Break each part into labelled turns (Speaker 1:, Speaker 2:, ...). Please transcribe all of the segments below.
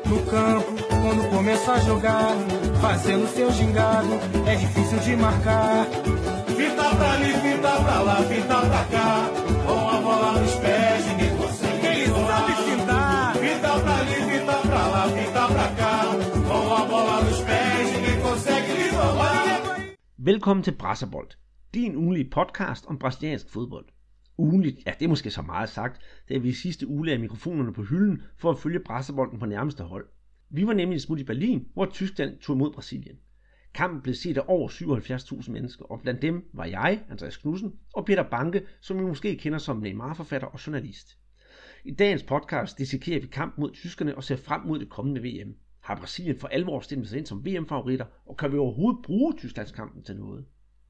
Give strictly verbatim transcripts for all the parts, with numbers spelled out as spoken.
Speaker 1: No campo, quando começa a jogar, fazendo seu gingado, é difícil de marcar. Fita pra ali, fita pra lá, fita pra cá, com a bola nos pés, ninguém consegue. Ele sabe fintar. Fita pra ali, fita pra lá, fita pra cá, com a bola nos pés, ninguém consegue lhe roubar.
Speaker 2: Velkommen til Brasserbold, din ugenlige podcast om brasiliansk fodbold. Ugenligt, ja det er måske så meget sagt, da vi i sidste uge lagde mikrofonerne på hylden for at følge Brasserbolden på nærmeste hold. Vi var nemlig smut i Berlin, hvor Tyskland tog imod Brasilien. Kampen blev set af over syvoghalvfjerds tusind mennesker, og blandt dem var jeg, Andreas Knudsen, og Peter Banke, som I måske kender som Neymar-forfatter og journalist. I dagens podcast dissekerer vi kampen mod tyskerne og ser frem mod det kommende V M. Har Brasilien for alvor stemt sig ind som V M-favoritter, og kan vi overhovedet bruge Tysklandskampen til noget?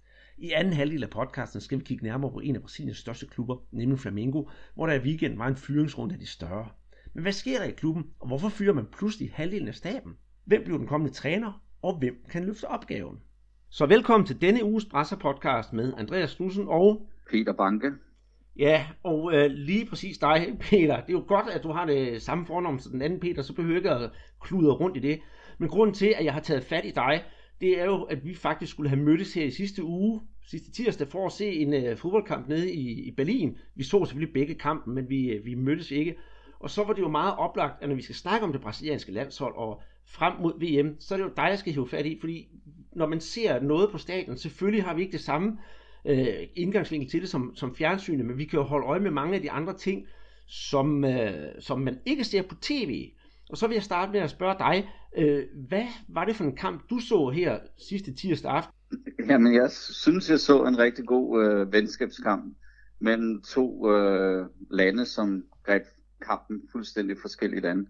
Speaker 2: I anden halvdel af podcasten skal vi kigge nærmere på en af Brasiliens største klubber, nemlig Flamengo, hvor der i weekenden var en fyringsrunde af de større. Men hvad sker der i klubben, og hvorfor fyrer man pludselig halvdelen af staben? Hvem bliver den kommende træner, og hvem kan løfte opgaven? Så velkommen til denne uges Brasser-podcast med Andreas Knudsen og
Speaker 3: Peter Banke.
Speaker 2: Ja, og øh, lige præcis dig, Peter. Det er jo godt, at du har det samme fornavn som den anden Peter, så behøver jeg ikke at kludre rundt i det. Men grunden til, at jeg har taget fat i dig, det er jo, at vi faktisk skulle have mødtes her i sidste uge, sidste tirsdag, for at se en uh, fodboldkamp nede i, i Berlin. Vi så selvfølgelig begge kampen, men vi, vi mødtes ikke. Og så var det jo meget oplagt, at når vi skal snakke om det brasilianske landshold og frem mod V M, så er det jo dig, jeg skal hive fat i, fordi når man ser noget på stadion, selvfølgelig har vi ikke det samme øh, indgangsvinkel til det som, som fjernsynet, men vi kan jo holde øje med mange af de andre ting, som, øh, som man ikke ser på tv. Og så vil jeg starte med at spørge dig, øh, hvad var det for en kamp, du så her sidste tirsdag aften?
Speaker 3: Jamen, jeg synes, jeg så en rigtig god øh, venskabskamp mellem to øh, lande, som greb kampen fuldstændig forskelligt an.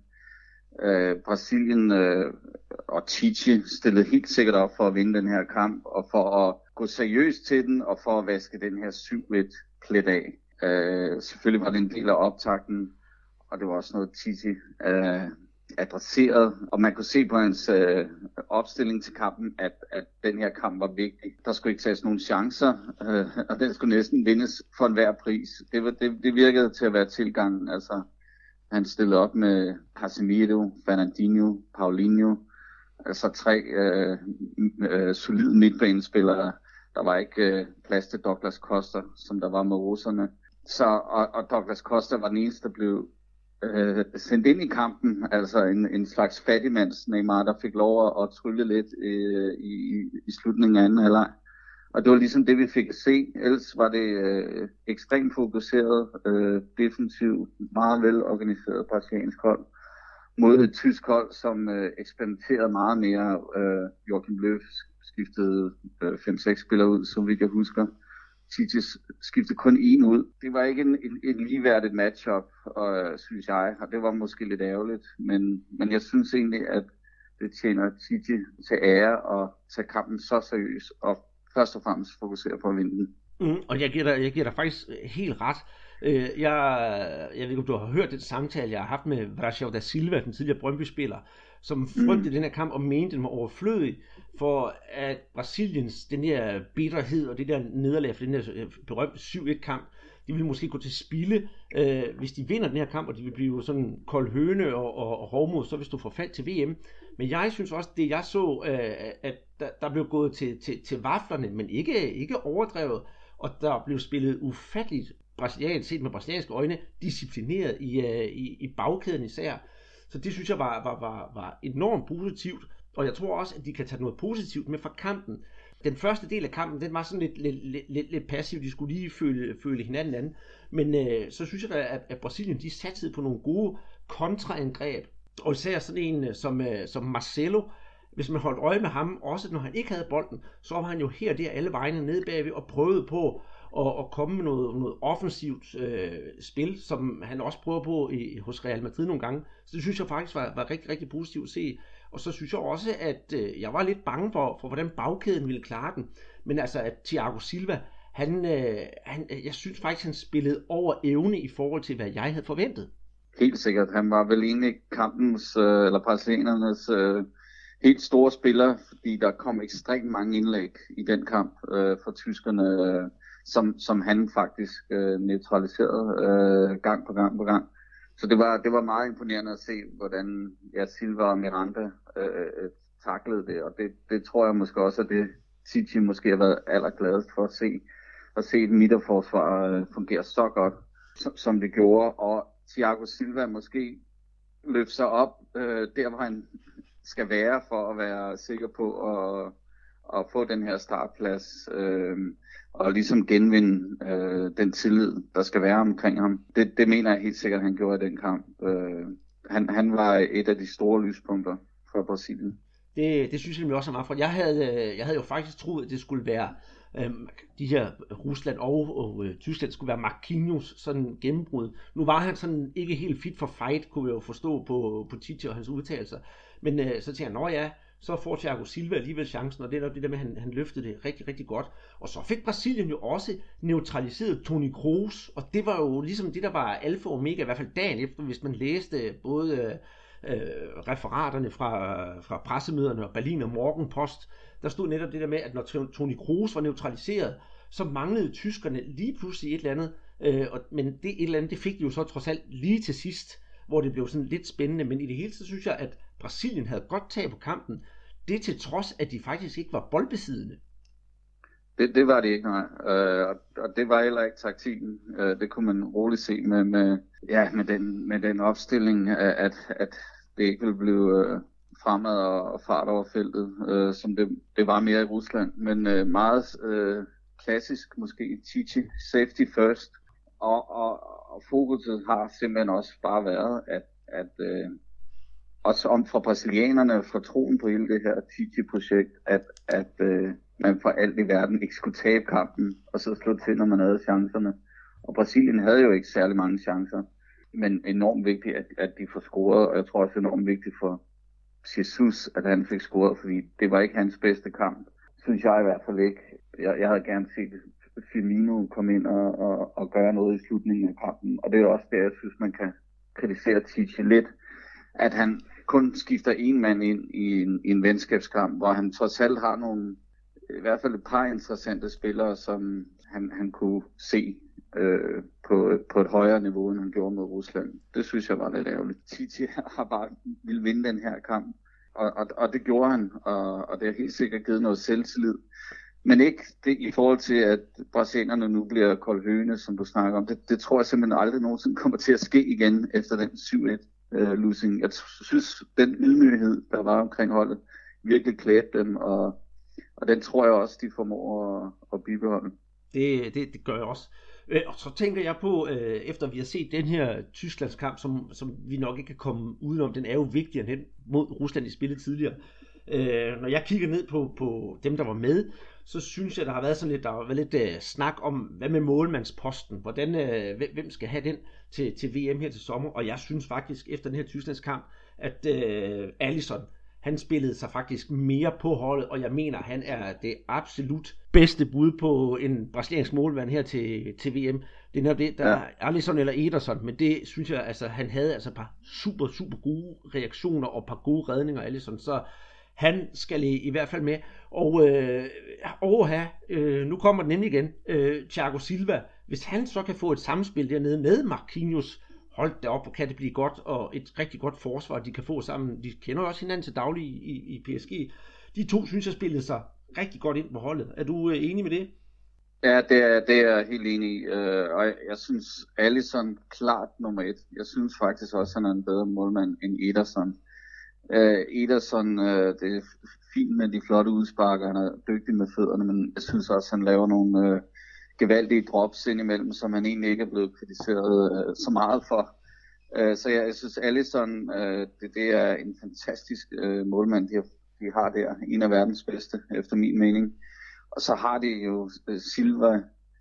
Speaker 3: Øh, Brasilien øh, og Tite stillede helt sikkert op for at vinde den her kamp, og for at gå seriøst til den, og for at vaske den her syv et plet af. Øh, selvfølgelig var det en del af optakten, og det var også noget Tite øh, adresseret, og man kunne se på hans øh, opstilling til kampen, at, at den her kamp var vigtig. Der skulle ikke tages nogen chancer, øh, og den skulle næsten vindes for enhver pris. Det, var, det, det virkede til at være tilgangen. Altså, han stillede op med Casemiro, Fernandinho, Paulinho, altså tre øh, øh, solide midtbanespillere. Der var ikke øh, plads til Douglas Costa, som der var med russerne. Så, og, og Douglas Costa var den eneste, der blev øh, sendt ind i kampen, altså en, en slags fattigmands Neymar, der fik lov at, at trylle lidt øh, i, i slutningen af anden halvleg. Og det var ligesom det, vi fik at se. Ellers var det øh, ekstremt fokuseret, øh, defensivt, meget velorganiseret brasiliansk hold mod et tysk hold, som øh, eksperimenterede meget mere. Øh, Joachim Löw skiftede øh, fem seks spillere ud, som vi kan huske. Tite skiftede kun én ud. Det var ikke en, en, en ligeværdigt matchup, og, synes jeg, og det var måske lidt ærgerligt. Men, men jeg synes egentlig, at det tjener Tite til ære at tage kampen så seriøst og først og fremmest fokusere på at vinde den.
Speaker 2: Mm, og jeg giver, dig, jeg giver dig faktisk helt ret. Jeg, jeg ved ikke, om du har hørt den samtale, jeg har haft med Brasil da Silva, den tidligere Brøndby-spiller, som frygtede mm. den her kamp og mente, den var overflødig, for at Brasiliens, den der bitterhed og det der nederlag for den der berømte syv et kamp, de ville måske gå til spilde, øh, hvis de vinder den her kamp, og de vil blive sådan kold høne og, og, og hovmod, så hvis du får fald til V M. Men jeg synes også, det jeg så, øh, at der, der blev gået til, til, til vaflerne, men ikke, ikke overdrevet, og der blev spillet ufatteligt brasiliansk, set med brasilianske øjne, disciplineret i, øh, i, i bagkæden især. Så det synes jeg var, var, var, var enormt positivt, og jeg tror også, at de kan tage noget positivt med fra kampen. Den første del af kampen, den var sådan lidt, lidt, lidt, lidt passiv, de skulle lige føle, føle hinanden anden. Men øh, så synes jeg da, at, at Brasilien, de satsede på nogle gode kontraangreb, og især sådan en som, øh, som Marcelo. Hvis man holdt øje med ham, også når han ikke havde bolden, så var han jo her og der alle vejene nede bagved og prøvede på at, at komme med noget, noget offensivt øh, spil, som han også prøvede på i, hos Real Madrid nogle gange. Så det synes jeg faktisk var, var rigtig, rigtig positivt at se. Og så synes jeg også, at øh, jeg var lidt bange for, for, hvordan bagkæden ville klare den. Men altså, at Thiago Silva, han, øh, han, jeg synes faktisk, han spillede over evne i forhold til, hvad jeg havde forventet.
Speaker 3: Helt sikkert. Han var vel egentlig kampens, øh, eller brasilianernes øh, helt store spiller, fordi der kom ekstremt mange indlæg i den kamp øh, fra tyskerne, øh, som, som han faktisk øh, neutraliserede øh, gang på gang på gang. så det var, det var meget imponerende at se, hvordan ja, Silva og Miranda øh, taklede det, og det, det tror jeg måske også, at det Tite måske har været allergladest for at se, at se et midterforsvar øh, fungere så godt, som, som det gjorde, og Thiago Silva måske løfte sig op øh, der, hvor han skal være, for at være sikker på at, at få den her startplads, øh, og ligesom genvinde øh, den tillid, der skal være omkring ham. Det, det mener jeg helt sikkert, at han gjorde i den kamp. Øh, han, han var et af de store lyspunkter for Brasilien.
Speaker 2: Det, det synes jeg nemlig også er meget flot. Jeg havde, jeg havde jo faktisk troet, at det skulle være øhm, de her Rusland og, og øh, Tyskland skulle være Marquinhos sådan gennembrud. Nu var han sådan ikke helt fit for fight, kunne vi jo forstå på, på Tite og hans udtalelser. Men øh, så tænkte jeg, nå ja, så får Thiago Silva alligevel chancen, og det er nok det der med, at han, han løftede det rigtig, rigtig godt. Og så fik Brasilien jo også neutraliseret Toni Kroos, og det var jo ligesom det, der var alfa og omega, i hvert fald dagen efter, hvis man læste både øh, referaterne fra, fra pressemøderne og Berliner Morgenpost. Der stod netop det der med, at når Toni Kroos var neutraliseret, så manglede tyskerne lige pludselig et eller andet, øh, og, men det et eller andet, det fik de jo så trods alt lige til sidst, hvor det blev sådan lidt spændende, men i det hele så synes jeg, at Brasilien havde godt tag på kampen, det til trods, at de faktisk ikke var boldbesiddende.
Speaker 3: Det, det var det ikke, nej. Øh, og det var heller ikke taktikken. Øh, det kunne man roligt se med, med, ja, med, den, med den opstilling, at, at det ikke ville blive øh, fremad og, og fart over feltet, øh, som det, det var mere i Rusland. Men øh, meget øh, klassisk måske, Tite, safety first. Og, og, og fokuset har simpelthen også bare været, at, at øh, også om fra brasilianerne, fra troen på hele det her Tite-projekt, at, at øh, man for alt i verden ikke skulle tabe kampen, og så slå til, når man havde chancerne. Og Brasilien havde jo ikke særlig mange chancer, men enormt vigtigt, at, at de får scoret, og jeg tror også enormt vigtigt for Jesus, at han fik scoret, fordi det var ikke hans bedste kamp, synes jeg i hvert fald ikke. Jeg, jeg havde gerne set Firmino komme ind og, og, og gøre noget i slutningen af kampen, og det er også det, jeg synes, man kan kritisere Tite lidt, at han kun skifter en mand ind i en, i en venskabskamp, hvor han trods alt har nogle, i hvert fald et par interessante spillere, som han, han kunne se øh, på, på et højere niveau, end han gjorde mod Rusland. Det synes jeg var lidt ærgerligt. Tite har bare ville vinde den her kamp, og, og, og det gjorde han, og, og det har helt sikkert givet noget selvtillid. Men ikke det, i forhold til, at brasilianerne nu bliver koldhøne, som du snakker om. Det, det tror jeg simpelthen aldrig nogensinde kommer til at ske igen efter den syv et uh, losing. Jeg synes, den ydmyghed, der var omkring holdet, virkelig klædte dem, og, og den tror jeg også, de formår at, at bibeholde.
Speaker 2: Det, det, det gør jeg også. Og så tænker jeg på, efter vi har set den her Tysklandskamp, som, som vi nok ikke kan komme udenom, den er jo vigtigere hen mod Rusland i spillet tidligere. Når jeg kigger ned på, på dem, der var med, så synes jeg, der har været sådan lidt, der har været lidt uh, snak om, hvad med målmandsposten, hvordan, uh, hvem skal have den til, til V M her til sommer, og jeg synes faktisk, efter den her Tysklandskamp, at uh, Alisson, han spillede sig faktisk mere på holdet, og jeg mener, han er det absolut bedste bud på en brasiliansk målmand her til, til V M. Det er nok det, der er ja. Alisson eller Ederson, men det synes jeg, altså, han havde altså et par super, super gode reaktioner og et par gode redninger, Alisson, så han skal i, i hvert fald med. Og øh, overha, øh, nu kommer den ind igen, øh, Thiago Silva. Hvis han så kan få et samspil dernede med Marquinhos, hold da op, hvor kan det blive godt, og et rigtig godt forsvar, de kan få sammen. De kender også hinanden til daglig i, i, i P S G. De to synes jeg spillede sig rigtig godt ind på holdet. Er du øh, enig med det?
Speaker 3: Ja, det er, det er jeg helt enig i. Uh, og jeg, jeg synes, Alisson klart nummer et. Jeg synes faktisk også, han er en bedre målmand end Ederson. Uh, Ederson, uh, det er fint med de flotte udsparker, han er dygtig med fødderne, men jeg synes også, han laver nogle uh, gevaldige drops indimellem, som han egentlig ikke er blevet kritiseret uh, så meget for. Uh, så jeg, jeg synes, Alisson, uh, det, det er en fantastisk uh, målmand, de har, de har der. En af verdens bedste, efter min mening. Og så har de jo uh, Silva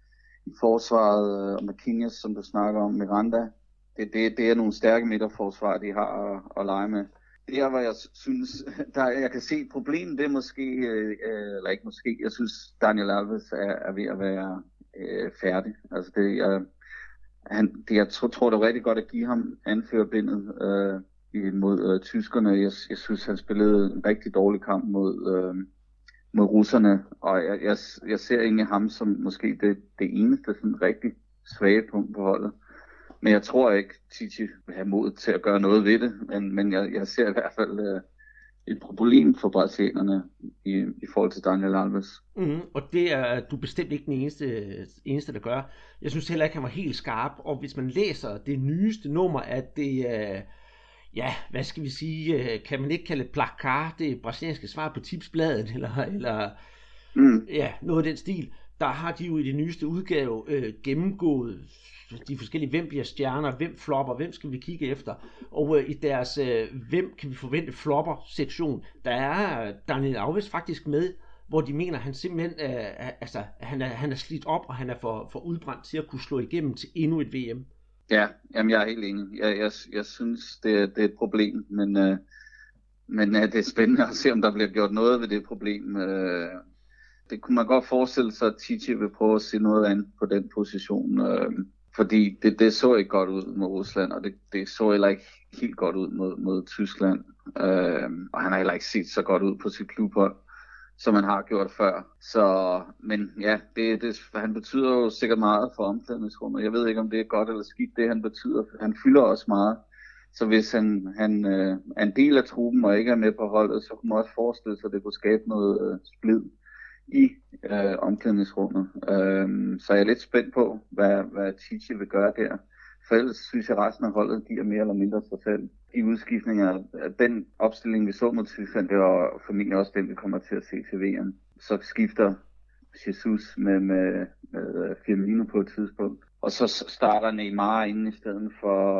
Speaker 3: i forsvaret, og uh, Marquinhos, som du snakker om, Miranda. Det, det, det er nogle stærke midterforsvar, de har at, at lege med. Det er, hvor jeg synes, der, jeg kan se et problem, det er måske, øh, eller ikke måske, jeg synes, Daniel Alves er, er ved at være øh, færdig. Altså det, jeg, han, det, jeg tror, tror, det er rigtig godt at give ham anførerbindet øh, mod øh, tyskerne. Jeg, jeg synes, han spillede en rigtig dårlig kamp mod, øh, mod russerne, og jeg, jeg, jeg ser egentlig ham som måske det, det eneste sådan rigtig svage punkt på holdet. Men jeg tror ikke, Tite vil have mod til at gøre noget ved det, men, men jeg, jeg ser i hvert fald øh, et problem for brasilianerne i, i forhold til Daniel Alves.
Speaker 2: Mm, og det er du bestemt ikke den eneste, eneste, der gør. Jeg synes heller ikke, han var helt skarp, og hvis man læser det nyeste nummer, at det øh, ja, hvad skal vi sige, kan man ikke kalde det Placar, det brasilianske svar på Tipsbladet, eller, eller mm. ja, noget af den stil, der har de jo i det nyeste udgave øh, gennemgået de forskellige, hvem bliver stjerner, hvem flopper, hvem skal vi kigge efter, og øh, i deres, øh, hvem kan vi forvente flopper-sektion, der er Daniel Alves faktisk med, hvor de mener, at han simpelthen øh, altså, han er, han er slidt op, og han er for, for udbrændt til at kunne slå igennem til endnu et V M.
Speaker 3: Ja, jamen jeg er helt enig. Jeg, jeg, jeg synes, det, det er et problem, men, øh, men øh, det er spændende at se, om der bliver gjort noget ved det problem. Øh, det kunne man godt forestille sig, at Tite vil prøve at se noget andet på den position, øh, fordi det, det så ikke godt ud mod Rusland, og det, det så heller ikke helt godt ud mod, mod Tyskland, øh, og han har heller ikke set så godt ud på sit klubhold, som man har gjort før. Så, men ja, det, det, han betyder jo sikkert meget for omklædningsrummet. Jeg ved ikke, om det er godt eller skidt, det han betyder. Han fylder også meget. Så hvis han, han øh, er en del af truppen og ikke er med på holdet, så kunne man også forestille sig, at det kunne skabe noget øh, splid i øh, omklædningsrummet. Øh, så jeg er lidt spændt på, hvad, hvad Tite vil gøre der. For ellers synes jeg, at resten af holdet giver mere eller mindre sig selv. I udskiftninger, den opstilling, vi så mod Tyskland, det var formentlig også den, vi kommer til at se til V M. Så skifter Jesus med, med, med Firmino på et tidspunkt. Og så starter Neymar inde i stedet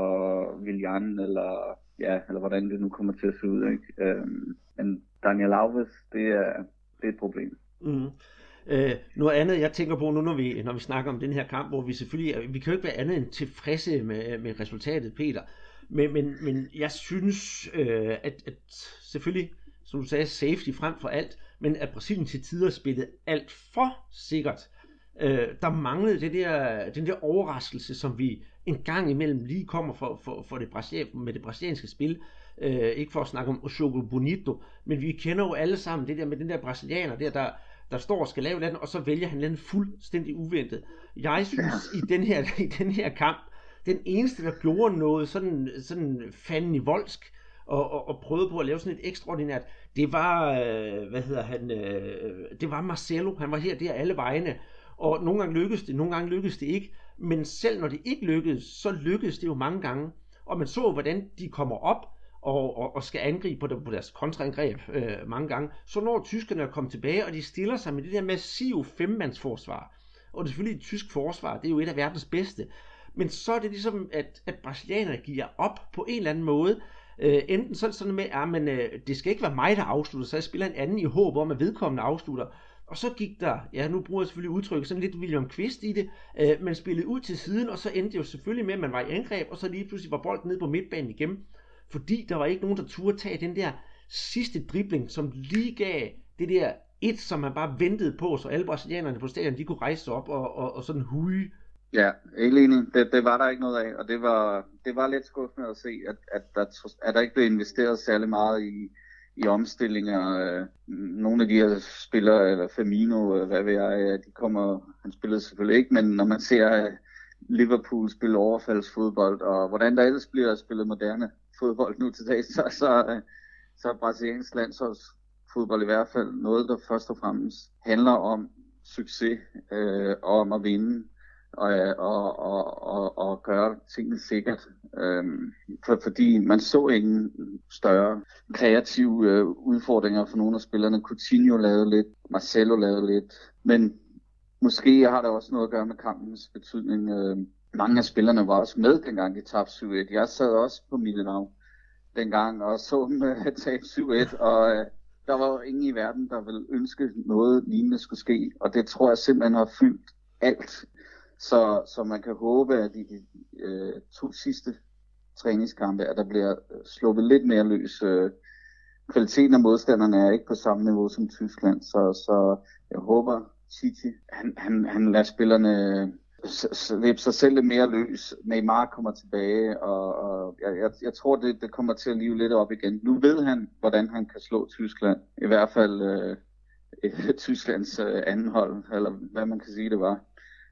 Speaker 3: for Willian, eller, ja, eller hvordan det nu kommer til at se ud. Ikke? Øhm, men Daniel Alves, det er, det er et problem.
Speaker 2: Mm. Øh, noget andet, jeg tænker på nu, når vi, når vi snakker om den her kamp, hvor vi selvfølgelig, vi kan jo ikke være andet end tilfredse med, med resultatet, Peter. Men, men, men jeg synes, øh, at, at selvfølgelig, som du sagde, safety frem for alt, men at Brasilien til tider spillede alt for sikkert. Øh, der manglede det der, den der overraskelse, som vi en gang imellem lige kommer for, for, for det med det brasilianske spil. Øh, ikke for at snakke om Jogo Bonito, men vi kender jo alle sammen det der med den der brasilianer, der, der, der står og skal lave den, og så vælger han den fuldstændig uventet. Jeg synes, i den her, i den her kamp, den eneste, der gjorde noget sådan, sådan fanden i voldsk, og, og, og prøvede på at lave sådan et ekstraordinært, det var, øh, hvad hedder han, øh, det var Marcelo. Han var her der alle vegne, og nogle gange lykkedes det, nogle gange lykkedes det ikke, men selv når det ikke lykkedes, så lykkedes det jo mange gange, og man så, hvordan de kommer op, og, og, og skal angribe på, der, på deres kontraangreb øh, mange gange, så når tyskerne er kommet tilbage, og de stiller sig med det der massive femmandsforsvar, og det er selvfølgelig et tysk forsvar, det er jo et af verdens bedste, men så er det ligesom, at, at brasilianerne giver op på en eller anden måde. Øh, enten så er det sådan med, at men, øh, det skal ikke være mig, der afslutter, så jeg spiller en anden i håb om, at vedkommende afslutter. Og så gik der, ja nu bruger jeg selvfølgelig udtrykket, sådan lidt William Kvist i det, øh, man spillede ud til siden, og så endte det jo selvfølgelig med, at man var i angreb, og så lige pludselig var bolden nede på midtbanen igen. Fordi der var ikke nogen, der turde tage den der sidste dribling, som lige gav det der et, som man bare ventede på, så alle brasilianerne på stadion, de kunne rejse sig op og, og, og sådan huge.
Speaker 3: Ja, helt enig. Det, det var der ikke noget af, og det var, det var lidt skuffende at se, at, at, der, at der ikke blev investeret særlig meget i, i omstillinger. Nogle af de her spillere, eller Firmino, hvad ved jeg, de kommer, han spillede selvfølgelig ikke, men når man ser Liverpool spille overfaldsfodbold, og hvordan der ellers bliver spillet moderne fodbold nu til dag, så, så, så er brasiliansk landsholdsfodbold i hvert fald noget, der først og fremmest handler om succes, øh, og om at vinde, og, og, og, og, og gøre tingene sikkert. Øhm, for, fordi man så ingen større kreative øh, udfordringer for nogle af spillerne. Coutinho lavede lidt, Marcelo lavede lidt, men måske har det også noget at gøre med kampens betydning. Øh, mange af spillerne var også med, dengang de tabte syv et. Jeg sad også på Millenau dengang og så dem uh, tabe syv et, og uh, der var jo ingen i verden, der ville ønske noget lignende skulle ske, og det tror jeg simpelthen har fyldt alt. Så, så man kan håbe, at i de uh, to sidste træningskampe, at der bliver sluppet lidt mere løs. Uh, kvaliteten af modstanderne er ikke på samme niveau som Tyskland, så, så jeg håber, Tite, han, han, han lader spillerne slippe sig selv lidt mere løs. Neymar kommer tilbage, og, og jeg, jeg, jeg tror, det, det kommer til at live lidt op igen. Nu ved han, hvordan han kan slå Tyskland. I hvert fald øh, Tysklands øh, anden hold, eller hvad man kan sige, det var.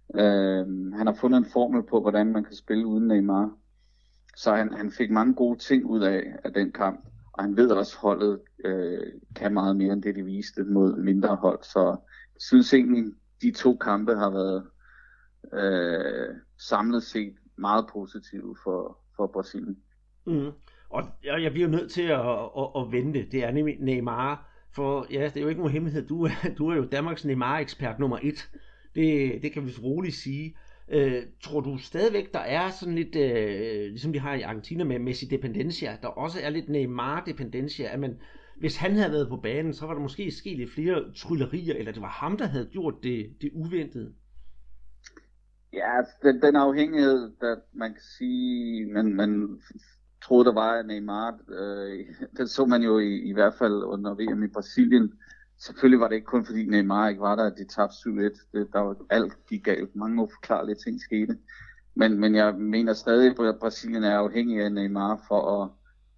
Speaker 3: Øh, han har fundet en formel på, hvordan man kan spille uden Neymar. Så han, han fik mange gode ting ud af, af den kamp. Og han ved også, at holdet øh, kan meget mere end det, de viste mod mindre hold. Så jeg synes egentlig, de to kampe har været øh, samlet set meget positive for, for Brasilien.
Speaker 2: Mm. Og jeg, jeg bliver nødt til at, at, at vente. Det er nemlig Neymar. For ja, det er jo ikke nogen hemmelighed. Du er, du er jo Danmarks Neymar-ekspert nummer et. Det, det kan vi roligt sige. Øh, tror du stadigvæk, der er sådan lidt, øh, ligesom de har i Argentina med Messi dependencia, der også er lidt Neymar dependencia, at man, hvis han havde været på banen, så var der måske sket lidt flere tryllerier, eller det var ham, der havde gjort det, det uventede?
Speaker 3: Ja, den, den afhængighed, der man kan sige, man, man troede, der var af Neymar, øh, den så man jo i, i hvert fald under V M i Brasilien. Selvfølgelig var det ikke kun fordi Neymar ikke var der, at de tabte syv et. Det, der var alt gik galt. Mange uforklarlige ting skete. Men, men jeg mener stadig, at Brasilien er afhængig af Neymar for at,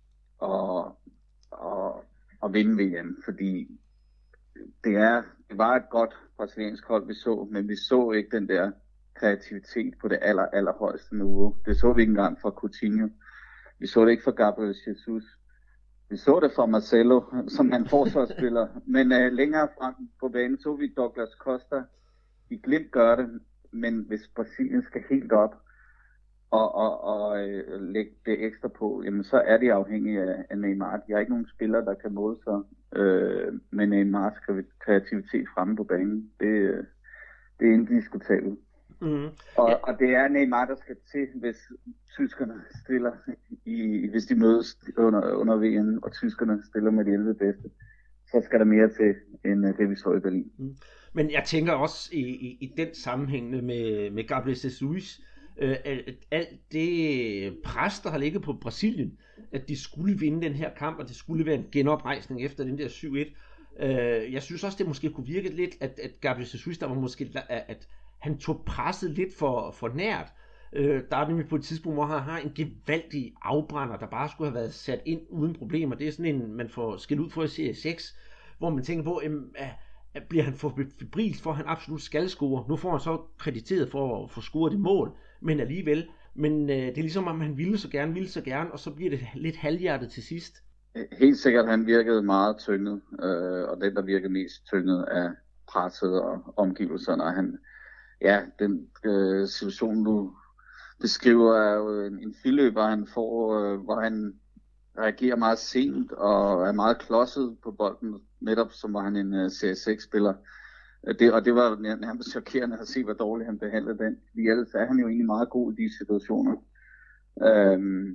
Speaker 3: at, at, at vinde V M. Fordi det, er, det var et godt brasiliansk hold, vi så, men vi så ikke den der kreativitet på det aller, aller højeste niveau. Det så vi ikke engang fra Coutinho. Vi så det ikke fra Gabriel Jesus. Vi så det fra Marcelo, som en forsvarsspiller, men uh, længere frem på banen så vi Douglas Costa. I glimt gør det, men hvis Brasilien skal helt op og, og, og uh, lægge det ekstra på, jamen så er de afhængige af, af Neymar. De har ikke nogen spillere, der kan måle sig uh, med Neymars kreativitet fremme på banen. Det, uh, det er indiskutabelt. Mm. Og, ja. og det er Neymar, der skal til, hvis tyskerne stiller i, hvis de mødes under, under V M, og tyskerne stiller med de elleve bedste, så skal der mere til, end det vi så i Berlin. Mm.
Speaker 2: Men jeg tænker også i, i, i den sammenhæng med, med Gabriel Jesus, øh, at alt det pres, der har ligget på Brasilien, at de skulle vinde den her kamp, og det skulle være en genoprejsning efter den der syv et. Øh, jeg synes også, det måske kunne virke lidt, at, at Gabriel Jesus, der var måske, at, at han tog presset lidt for, for nært. Øh, der er nemlig på et tidspunkt, hvor han har en gevaldig afbrænder, der bare skulle have været sat ind uden problemer. Det er sådan en, man får skilt ud for i serie seks, hvor man tænker på, øh, at bliver han for febrilsk, for han absolut skal score. Nu får han så krediteret for at få scoret det mål, men alligevel. Men øh, det er ligesom, om han ville så gerne, ville så gerne, og så bliver det lidt halvhjertet til sidst.
Speaker 3: Helt sikkert, han virkede meget tynget, øh, og den, der virkede mest tynget, er presset og omgivelserne, og han ja, den øh, situation, du beskriver, er jo en, en fildløber, han får, øh, hvor han reagerer meget sent og er meget klodset på bolden, netop som var han en uh, serie seks-spiller. Det, og det var nærmest chokerende at se, hvor dårligt han behandlede den. Fordi ellers er han jo egentlig meget god i de situationer. Øhm,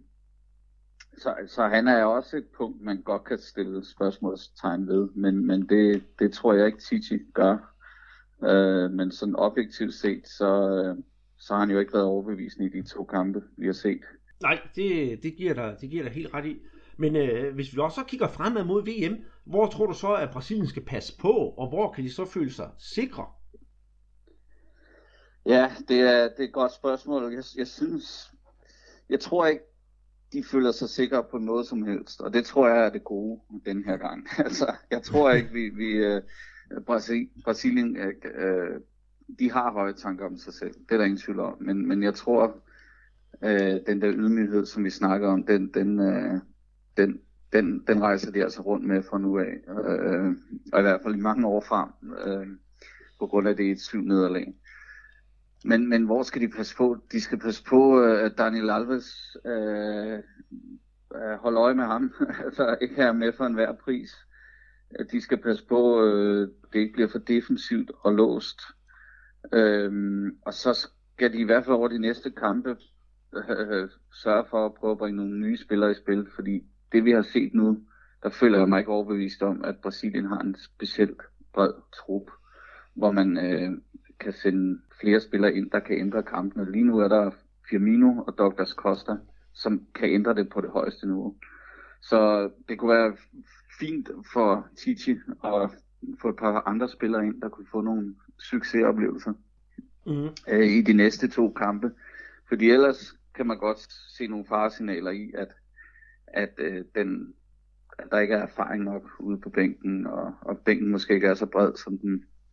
Speaker 3: så, så han er også et punkt, man godt kan stille spørgsmålstegn ved, men, men det, det tror jeg ikke Tite gør. Øh, men sådan objektivt set, så, øh, så har han jo ikke været overbevisende i de to kampe, vi har set.
Speaker 2: Nej, det, det, giver dig, det giver dig helt ret i. Men øh, hvis vi også kigger fremad mod V M, hvor tror du så, at Brasilien skal passe på, og hvor kan de så føle sig sikre?
Speaker 3: Ja, det er, det er et godt spørgsmål. Jeg, jeg synes, jeg tror ikke, de føler sig sikre på noget som helst, og det tror jeg er det gode den her gang. Altså, jeg tror ikke, vi... vi øh, Brasilien, øh, øh, de har høje tanker om sig selv, det er der ingen tvivl om, men, men jeg tror, øh, den der ydmyghed, som vi snakker om, den, den, øh, den, den, den rejser de altså rundt med fra nu af, øh, og i hvert fald i mange år frem, øh, på grund af det et syv nederlag. Men, men hvor skal de passe på? De skal passe på, at øh, Daniel Alves øh, øh, holde øje med ham, altså ikke have med for enhver pris. De skal passe på, at øh, det ikke bliver for defensivt og låst. Øhm, og så skal de i hvert fald over de næste kampe øh, sørge for at prøve at bringe nogle nye spillere i spil. Fordi det vi har set nu, der føler jeg mig ikke overbevist om, at Brasilien har en specielt bred trup, hvor man øh, kan sende flere spillere ind, der kan ændre kampene. Lige nu er der Firmino og Douglas Costa, som kan ændre det på det højeste niveau. Så det kunne være fint for Tite at få et par andre spillere ind, der kunne få nogle succesoplevelser mm. øh, i de næste to kampe. Fordi ellers kan man godt se nogle faresignaler i, at, at, øh, den, at der ikke er erfaring nok ude på bænken, og, og bænken måske ikke er så bred, som den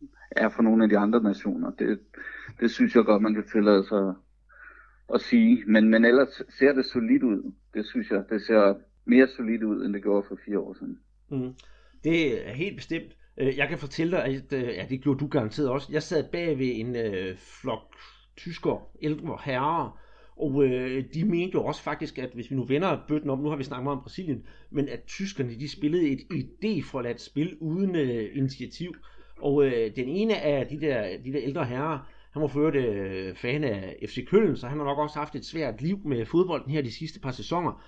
Speaker 3: er for nogle af de andre nationer. Det, det synes jeg godt, man kan tillade sig at sige. Men, men ellers ser det solidt ud. Det synes jeg, det ser mere solidt ud, end det gjorde for fire år siden.
Speaker 2: Mm. Det er helt bestemt. Jeg kan fortælle dig, at ja, det gjorde du garanteret også. Jeg sad bag ved en øh, flok tysker, ældre herrer, og øh, de mente jo også faktisk, at hvis vi nu vender bøtten om, nu har vi snakket meget om Brasilien, men at tyskerne, de spillede et idéforladt spil uden øh, initiativ. Og øh, den ene af de der, de der ældre herrer, han var for øvrigt øh, fan af F C Köln, så han har nok også haft et svært liv med fodbolden her de sidste par sæsoner.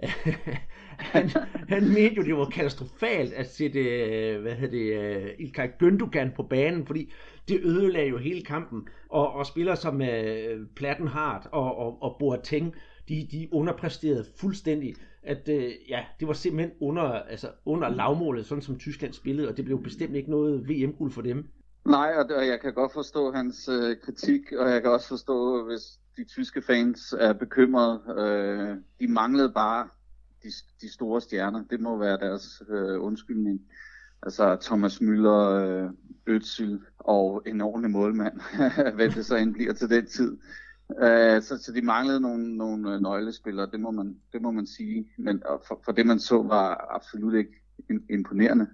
Speaker 2: han, han mente jo, det var katastrofalt at sætte hvad hedder det, Ilkay Gündogan på banen, fordi det ødelagde jo hele kampen, og, og spillere som uh, Plattenhardt og, og, og Boateng, de, de underpræsterede fuldstændig, at uh, ja, det var simpelthen under, altså under lavmålet, sådan som Tyskland spillede, og det blev bestemt ikke noget V M-guld for dem.
Speaker 3: Nej, og jeg kan godt forstå hans øh, kritik, og jeg kan også forstå, hvis de tyske fans er bekymrede. Øh, de manglede bare de, de store stjerner. Det må være deres øh, undskyldning. Altså Thomas Müller, øh, Özil og en ordentlig målmand, hvad det så end bliver til den tid. Øh, så, så de manglede nogle, nogle nøglespillere, det må man, det må man sige. Men for, for det man så var absolut ikke imponerende.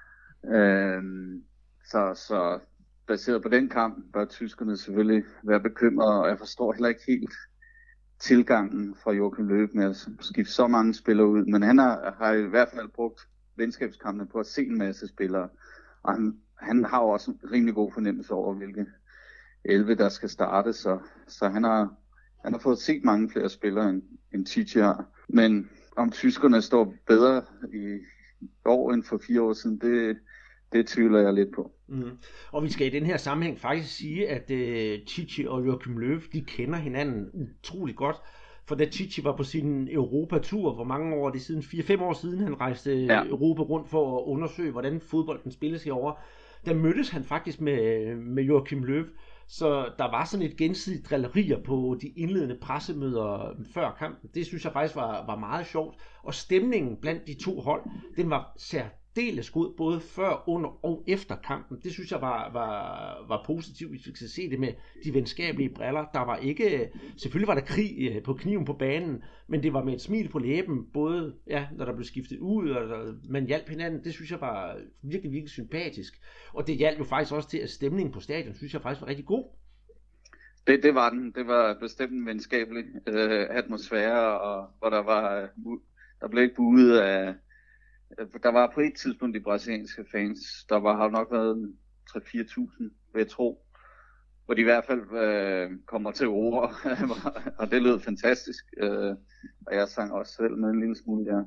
Speaker 3: Øh, Så, så baseret på den kamp, bør tyskerne selvfølgelig være bekymrede, og jeg forstår heller ikke helt tilgangen fra Joachim Löw med at skifte så mange spillere ud, men han har, har i hvert fald brugt venskabskampene på at se en masse spillere, og han, han har også en rimelig god fornemmelse over, hvilke elleve der skal starte, så, så han, har, han har fået set mange flere spillere end, end Tite har. Men om tyskerne står bedre i år end for fire år siden, det Det tvivler jeg lidt på.
Speaker 2: Mm. Og vi skal i den her sammenhæng faktisk sige, at uh, Tite og Joachim Löw, de kender hinanden utrolig godt. For da Tite var på sin Europatur, hvor mange år det er siden, fire fem år siden, han rejste ja. Europa rundt for at undersøge, hvordan fodbolden spilles herovre, der mødtes han faktisk med, med Joachim Löw. Så der var sådan et gensidigt drillerier på de indledende pressemøder før kampen. Det synes jeg faktisk var, var meget sjovt. Og stemningen blandt de to hold, den var særdeles god, både før, under og efter kampen. Det synes jeg var, var, var positivt, hvis vi skal se det med de venskabelige briller. Der var ikke, selvfølgelig var der krig på kniven på banen, men det var med et smil på læben, både ja, når der blev skiftet ud, og der, man hjalp hinanden. Det synes jeg var virkelig, virkelig sympatisk. Og det hjalp jo faktisk også til, at stemningen på stadion, synes jeg faktisk var rigtig god.
Speaker 3: Det, det var den. Det var bestemt en venskabelig øh, atmosfære, og hvor der var, der blev ikke buet af, der var på et tidspunkt de brasilianske fans, der var, har nok været tre til fire tusind, vil jeg tro, hvor de i hvert fald øh, kommer til ord, og det lød fantastisk, øh, og jeg sang også selv med en lille smule der.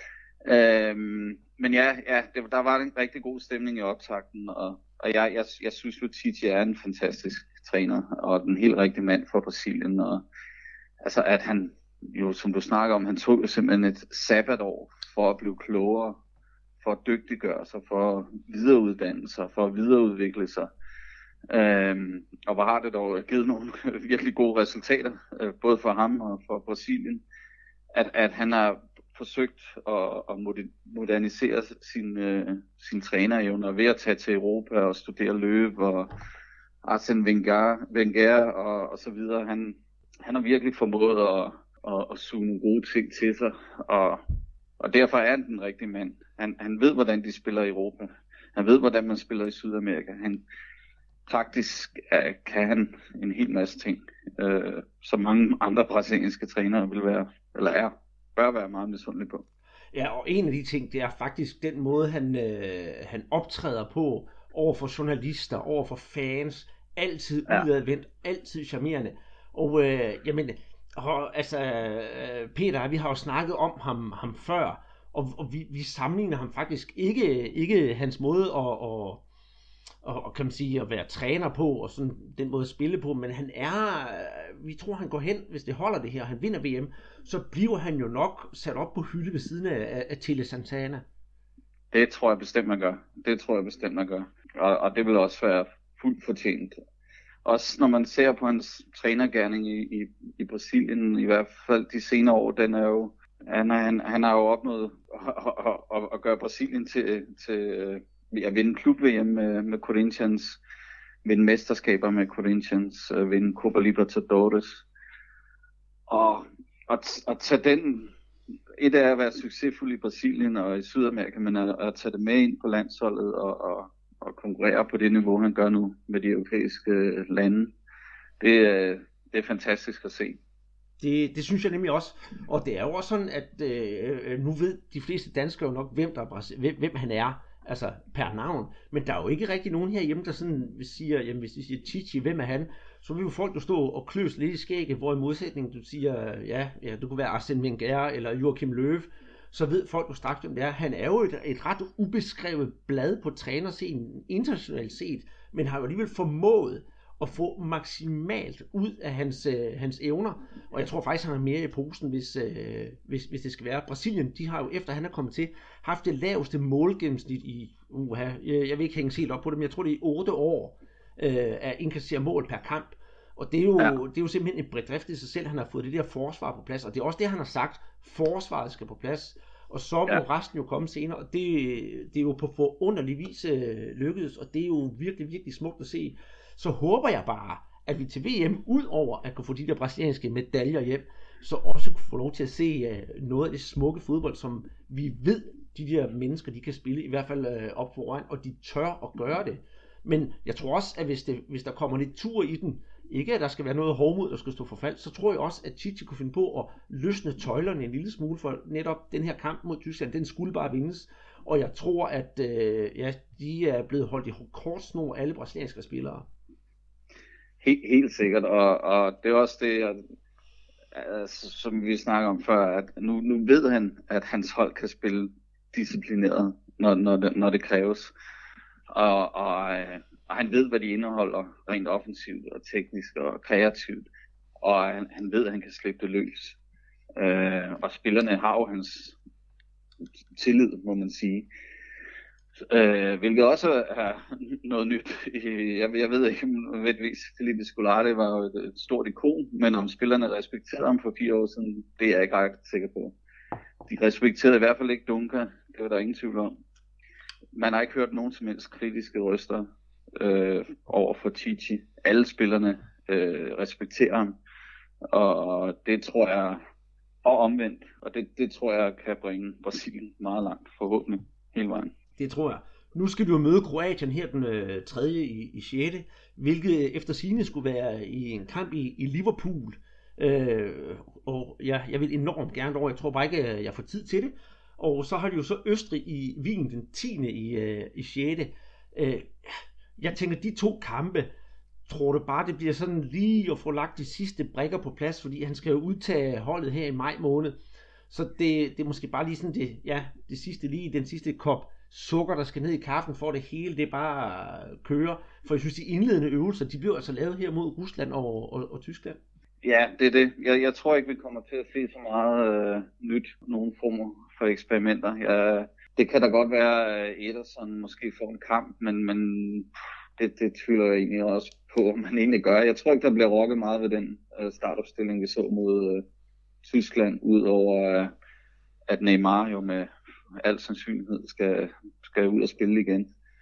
Speaker 3: Øh, men ja, ja det, der var en rigtig god stemning i optakten, og, og jeg, jeg, jeg synes jo, Tite er en fantastisk træner, og den helt rigtige mand for Brasilien, og altså at han jo, som du snakker om, han tog jo simpelthen et sabbatår for at blive klogere, for at dygtiggøre sig, for at videreuddanne sig, for at videreudvikle sig. Øhm, og hvor har det dog givet nogle virkelig gode resultater, øh, både for ham og for Brasilien, at, at han har forsøgt at, at modernisere sin, øh, sin trænerevner ved at tage til Europa og studere Löw og Arsène Wenger, Wenger og, og så videre. Han, han har virkelig formået at, at, at suge nogle gode ting til sig, og, og derfor er han den rigtige mand. Han, han ved, hvordan de spiller i Europa. Han ved, hvordan man spiller i Sydamerika. Han, taktisk er, kan han en hel masse ting, øh, som mange andre brasilianske trænere vil være, eller er, bør være meget misundelige på.
Speaker 2: Ja, og en af de ting, det er faktisk den måde, han, øh, han optræder på over for journalister, over for fans, altid ja. udadvendt, altid charmerende. Og øh, jamen, og, altså, øh, Peter, vi har jo snakket om ham, ham før, og, og vi, vi sammenligner ham faktisk ikke, ikke hans måde at, og, og, kan man sige, at være træner på, og sådan den måde at spille på, men han er, vi tror han går hen, hvis det holder det her, han vinder V M, så bliver han jo nok sat op på hylde ved siden af, af, af Tele Santana.
Speaker 3: Det tror jeg bestemt, man gør. Det tror jeg bestemt, man gør. Og, og det vil også være fuldt fortjent. Også når man ser på hans trænergerning i, i, i Brasilien, i hvert fald de senere år, den er jo, han, han, han har jo opnået at, at, at gøre Brasilien til, til ja, vinde klub-V M med, med Corinthians, vinde mesterskaber med Corinthians, øh, vinde Copa Libertadores. Og at, at tage den, et er at være succesfuld i Brasilien og i Sydamerika, men at, at tage det med ind på landsholdet og, og, og konkurrere på det niveau, han gør nu med de europæiske lande, det, det er fantastisk at se.
Speaker 2: Det, det synes jeg nemlig også, og det er jo også sådan, at øh, nu ved de fleste danskere jo nok, hvem, der er, hvem, hvem han er, altså per navn, men der er jo ikke rigtig nogen herhjemme, der sådan siger, jamen hvis de siger Chichi, hvem er han, så vil jo folk jo stå og kløse lidt i skægget, hvor i modsætning du siger, ja, ja du kunne være Arsene Wenger eller Joachim Löw, så ved folk jo straks, hvem det er. Han er jo et, et ret ubeskrevet blad på trænerscenen internationalt set, men har jo alligevel formået at få maksimalt ud af hans, øh, hans evner, og jeg tror faktisk, han har mere i posen, hvis, øh, hvis, hvis det skal være. Brasilien, de har jo efter han er kommet til, haft det laveste målgennemsnit i, uha, jeg, jeg vil ikke hænge helt op på det, men jeg tror det er i otte år øh, at indkassere mål per kamp, og det er, jo, ja. det er jo simpelthen en bedrift i sig selv, han har fået det der forsvar på plads, og det er også det, han har sagt, forsvaret skal på plads, og så må ja. resten jo komme senere, og det, det er jo på forunderlig vis øh, lykkedes, og det er jo virkelig, virkelig smukt at se. Så håber jeg bare, at vi til V M, ud over at kunne få de der brasilianske medaljer hjem, så også kunne få lov til at se uh, noget af det smukke fodbold, som vi ved, de der mennesker, de kan spille, i hvert fald uh, op foran, og de tør at gøre det. Men jeg tror også, at hvis, det, hvis der kommer lidt tur i den, ikke at der skal være noget hovmod, der skal stå for fald, så tror jeg også, at Chichi kunne finde på at løsne tøjlerne en lille smule, for netop den her kamp mod Tyskland, den skulle bare vindes. Og jeg tror, at øh, ja, de er blevet holdt i kortsnor, alle brasilianske spillere.
Speaker 3: Helt, helt sikkert, og, og det er også det, at, altså, som vi snakker om før, at nu, nu ved han, at hans hold kan spille disciplineret, når, når, det, når det kræves. Og, og, og han ved, hvad de indeholder, rent offensivt og teknisk og kreativt. Og han, han ved, at han kan slippe det løs. Øh, og spillerne har jo hans tillid, må man sige. Øh, hvilket også er noget nyt. Jeg, jeg ved ikke, nødvendigvis Felipe Scolari var jo et, et stort ikon, men om spillerne respekterede ham for fire år siden, det er jeg ikke ret sikker på. De respekterede i hvert fald ikke Dunga, det var der ingen tvivl om. Man har ikke hørt nogen som helst kritiske røster øh, over for Chichi. Alle spillerne øh, respekterer ham, og det tror jeg, og omvendt, og det, det tror jeg kan bringe Brasilien meget langt, forhåbentlig, hele vejen.
Speaker 2: Det tror jeg. Nu skal du jo møde Kroatien her den øh, tredje i, i sjette, hvilket efter sigende skulle være i en kamp i, i Liverpool. Øh, og ja, jeg vil enormt gerne over, jeg tror bare ikke, jeg får tid til det. Og så har de jo så Østrig i Wien den tiende i, øh, i sjette. Øh, jeg tænker, de to kampe, tror du bare, det bliver sådan lige at få lagt de sidste brikker på plads, fordi han skal jo udtage holdet her i maj måned. Så det, det er måske bare lige sådan det, ja, det sidste lige, den sidste kop sukker, der skal ned i kaffen, for det hele, det bare kører. For jeg synes, de indledende øvelser, de bliver altså lavet her mod Rusland og, og, og Tyskland.
Speaker 3: Ja, det er det. Jeg, jeg tror ikke, vi kommer til at se så meget øh, nyt, nogle former for eksperimenter. Jeg, det kan da godt være, at Ederson måske får en kamp, men, men det, det tvivler jeg egentlig også på, om man egentlig gør. Jeg tror ikke, der bliver rokket meget ved den øh, startopstilling, vi så mod øh, Tyskland, udover øh, at Neymar jo med al sandsynlighed skal, skal ud og spille igen.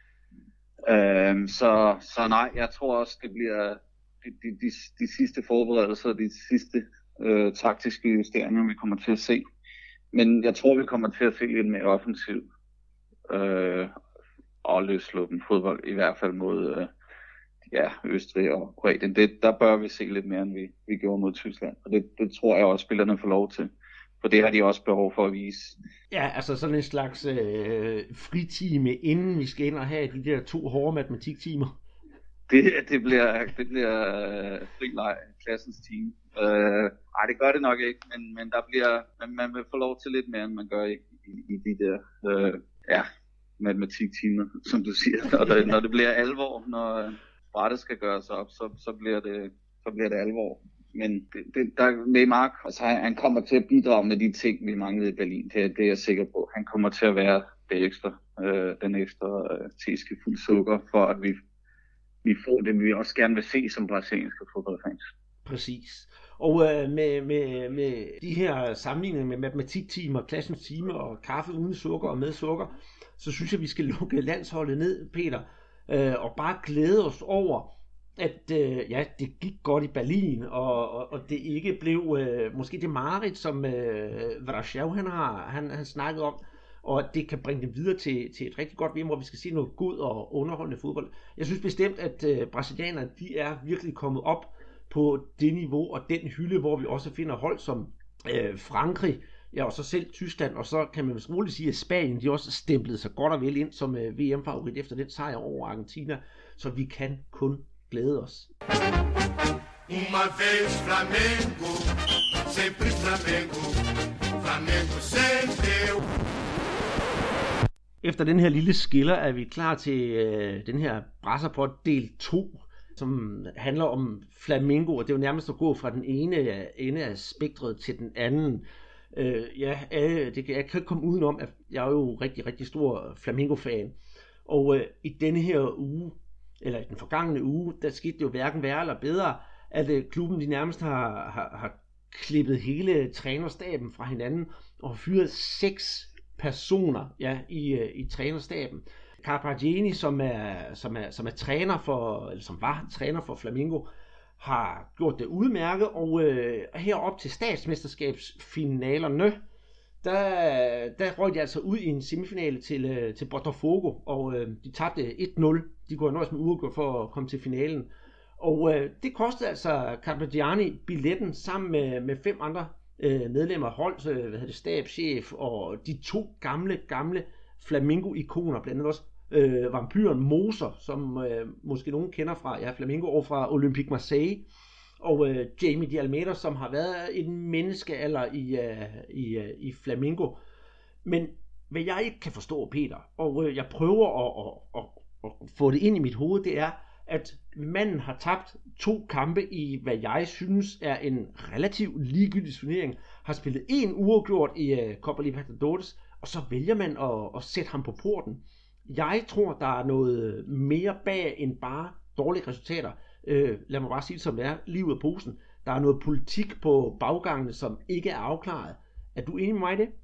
Speaker 3: Øh, så, så nej, jeg tror også, det bliver de, de, de, de sidste forberedelser, de sidste øh, taktiske justeringer, vi kommer til at se. Men jeg tror, vi kommer til at se lidt mere offensiv øh, og løsluppen fodbold, i hvert fald mod øh, ja, Østrig og Kroatien. Det, der bør vi se lidt mere, end vi, vi gjorde mod Tyskland. Og det, det tror jeg også, spillerne får lov til. For det har de også behov for at vise.
Speaker 2: Ja, altså sådan en slags øh, fritime, inden vi skal ind og have de der to hårde matematiktimer.
Speaker 3: Det, det bliver, det bliver øh, fri leg, klassens time. Øh, ej, det gør det nok ikke, men, men der bliver, man, man vil få lov til lidt mere, end man gør i, i, i de der øh, ja, matematiktimer, som du siger. Når det, når det bliver alvor, når brættet skal gøres op, så, så, bliver, det, så bliver det alvor. Men det, det, der Neymar, altså han kommer til at bidrage med de ting, vi manglede i Berlin. Det, det er jeg sikker på. Han kommer til at være det ekstra, øh, den ekstra øh, teske fuld sukker, for at vi, vi får det, vi også gerne vil se som brasilianske fodboldfans.
Speaker 2: Præcis. Og øh, med, med, med de her sammenligninger med matematiktimer, klassens timer og kaffe uden sukker og med sukker, så synes jeg, vi skal lukke landsholdet ned, Peter, øh, og bare glæde os over, at øh, ja, det gik godt i Berlin, og, og, og det ikke blev øh, måske det mareridt, som øh, Vrasjov han har han, han snakket om, og at det kan bringe dem videre til, til et rigtig godt V M, hvor vi skal se noget god og underholdende fodbold. Jeg synes bestemt, at øh, brasilianerne, de er virkelig kommet op på det niveau og den hylde, hvor vi også finder hold som øh, Frankrig, ja, og så selv Tyskland, og så kan man vist roligt sige, at Spanien, de også stemplede sig godt og vel ind som øh, V M-favorit efter den sejr over Argentina, så vi kan kun glæde os.
Speaker 1: Uma vez Flamengo, sempre Flamengo, Flamengo sempre.
Speaker 2: Efter den her lille skiller er vi klar til øh, den her Brasserpot del to, som handler om Flamengo, og det er jo nærmest at gå fra den ene ende af spektret til den anden. Øh, ja, øh, det kan, jeg kan ikke komme udenom, at jeg er jo rigtig, rigtig stor Flamengo-fan. Og øh, i denne her uge, eller i den forgangne uge, der skete det jo hverken værre eller bedre, at øh, klubben de nærmest har, har, har klippet hele trænerstaben fra hinanden, og har fyret seks personer ja, i, i trænerstaben. Carpegiani, som er, som, er, som er træner for, eller som var træner for Flamengo, har gjort det udmærket, og øh, herop til statsmesterskabsfinalerne, der, der røg de altså ud i en semifinale til, øh, til Botafogo, og øh, de tabte et nul. De kunne nøjes med uafgjort for at komme til finalen. Og øh, det kostede altså Carpegiani billetten sammen med, med fem andre øh, medlemmer af hold, øh, hvad hedder det, stabschef, og de to gamle, gamle Flamengo-ikoner, blandt andet også øh, vampyren Moser, som øh, måske nogen kender fra ja, Flamengo og fra Olympique Marseille, og øh, Jamie de Almeida, som har været en menneskealder i, øh, i, øh, i Flamengo. Men hvad jeg ikke kan forstå, Peter, og øh, jeg prøver at, at, at, at få det ind i mit hoved, det er, at manden har tabt to kampe i, hvad jeg synes er en relativt ligegyldig turnering, har spillet en uafgjort i uh, Copa Libertadores, og så vælger man at, at sætte ham på porten. Jeg tror, der er noget mere bag end bare dårlige resultater. Øh, lad mig bare sige det som det er, lige ud af posen. Der er noget politik på baggangene, som ikke er afklaret. Er du enig med mig i det?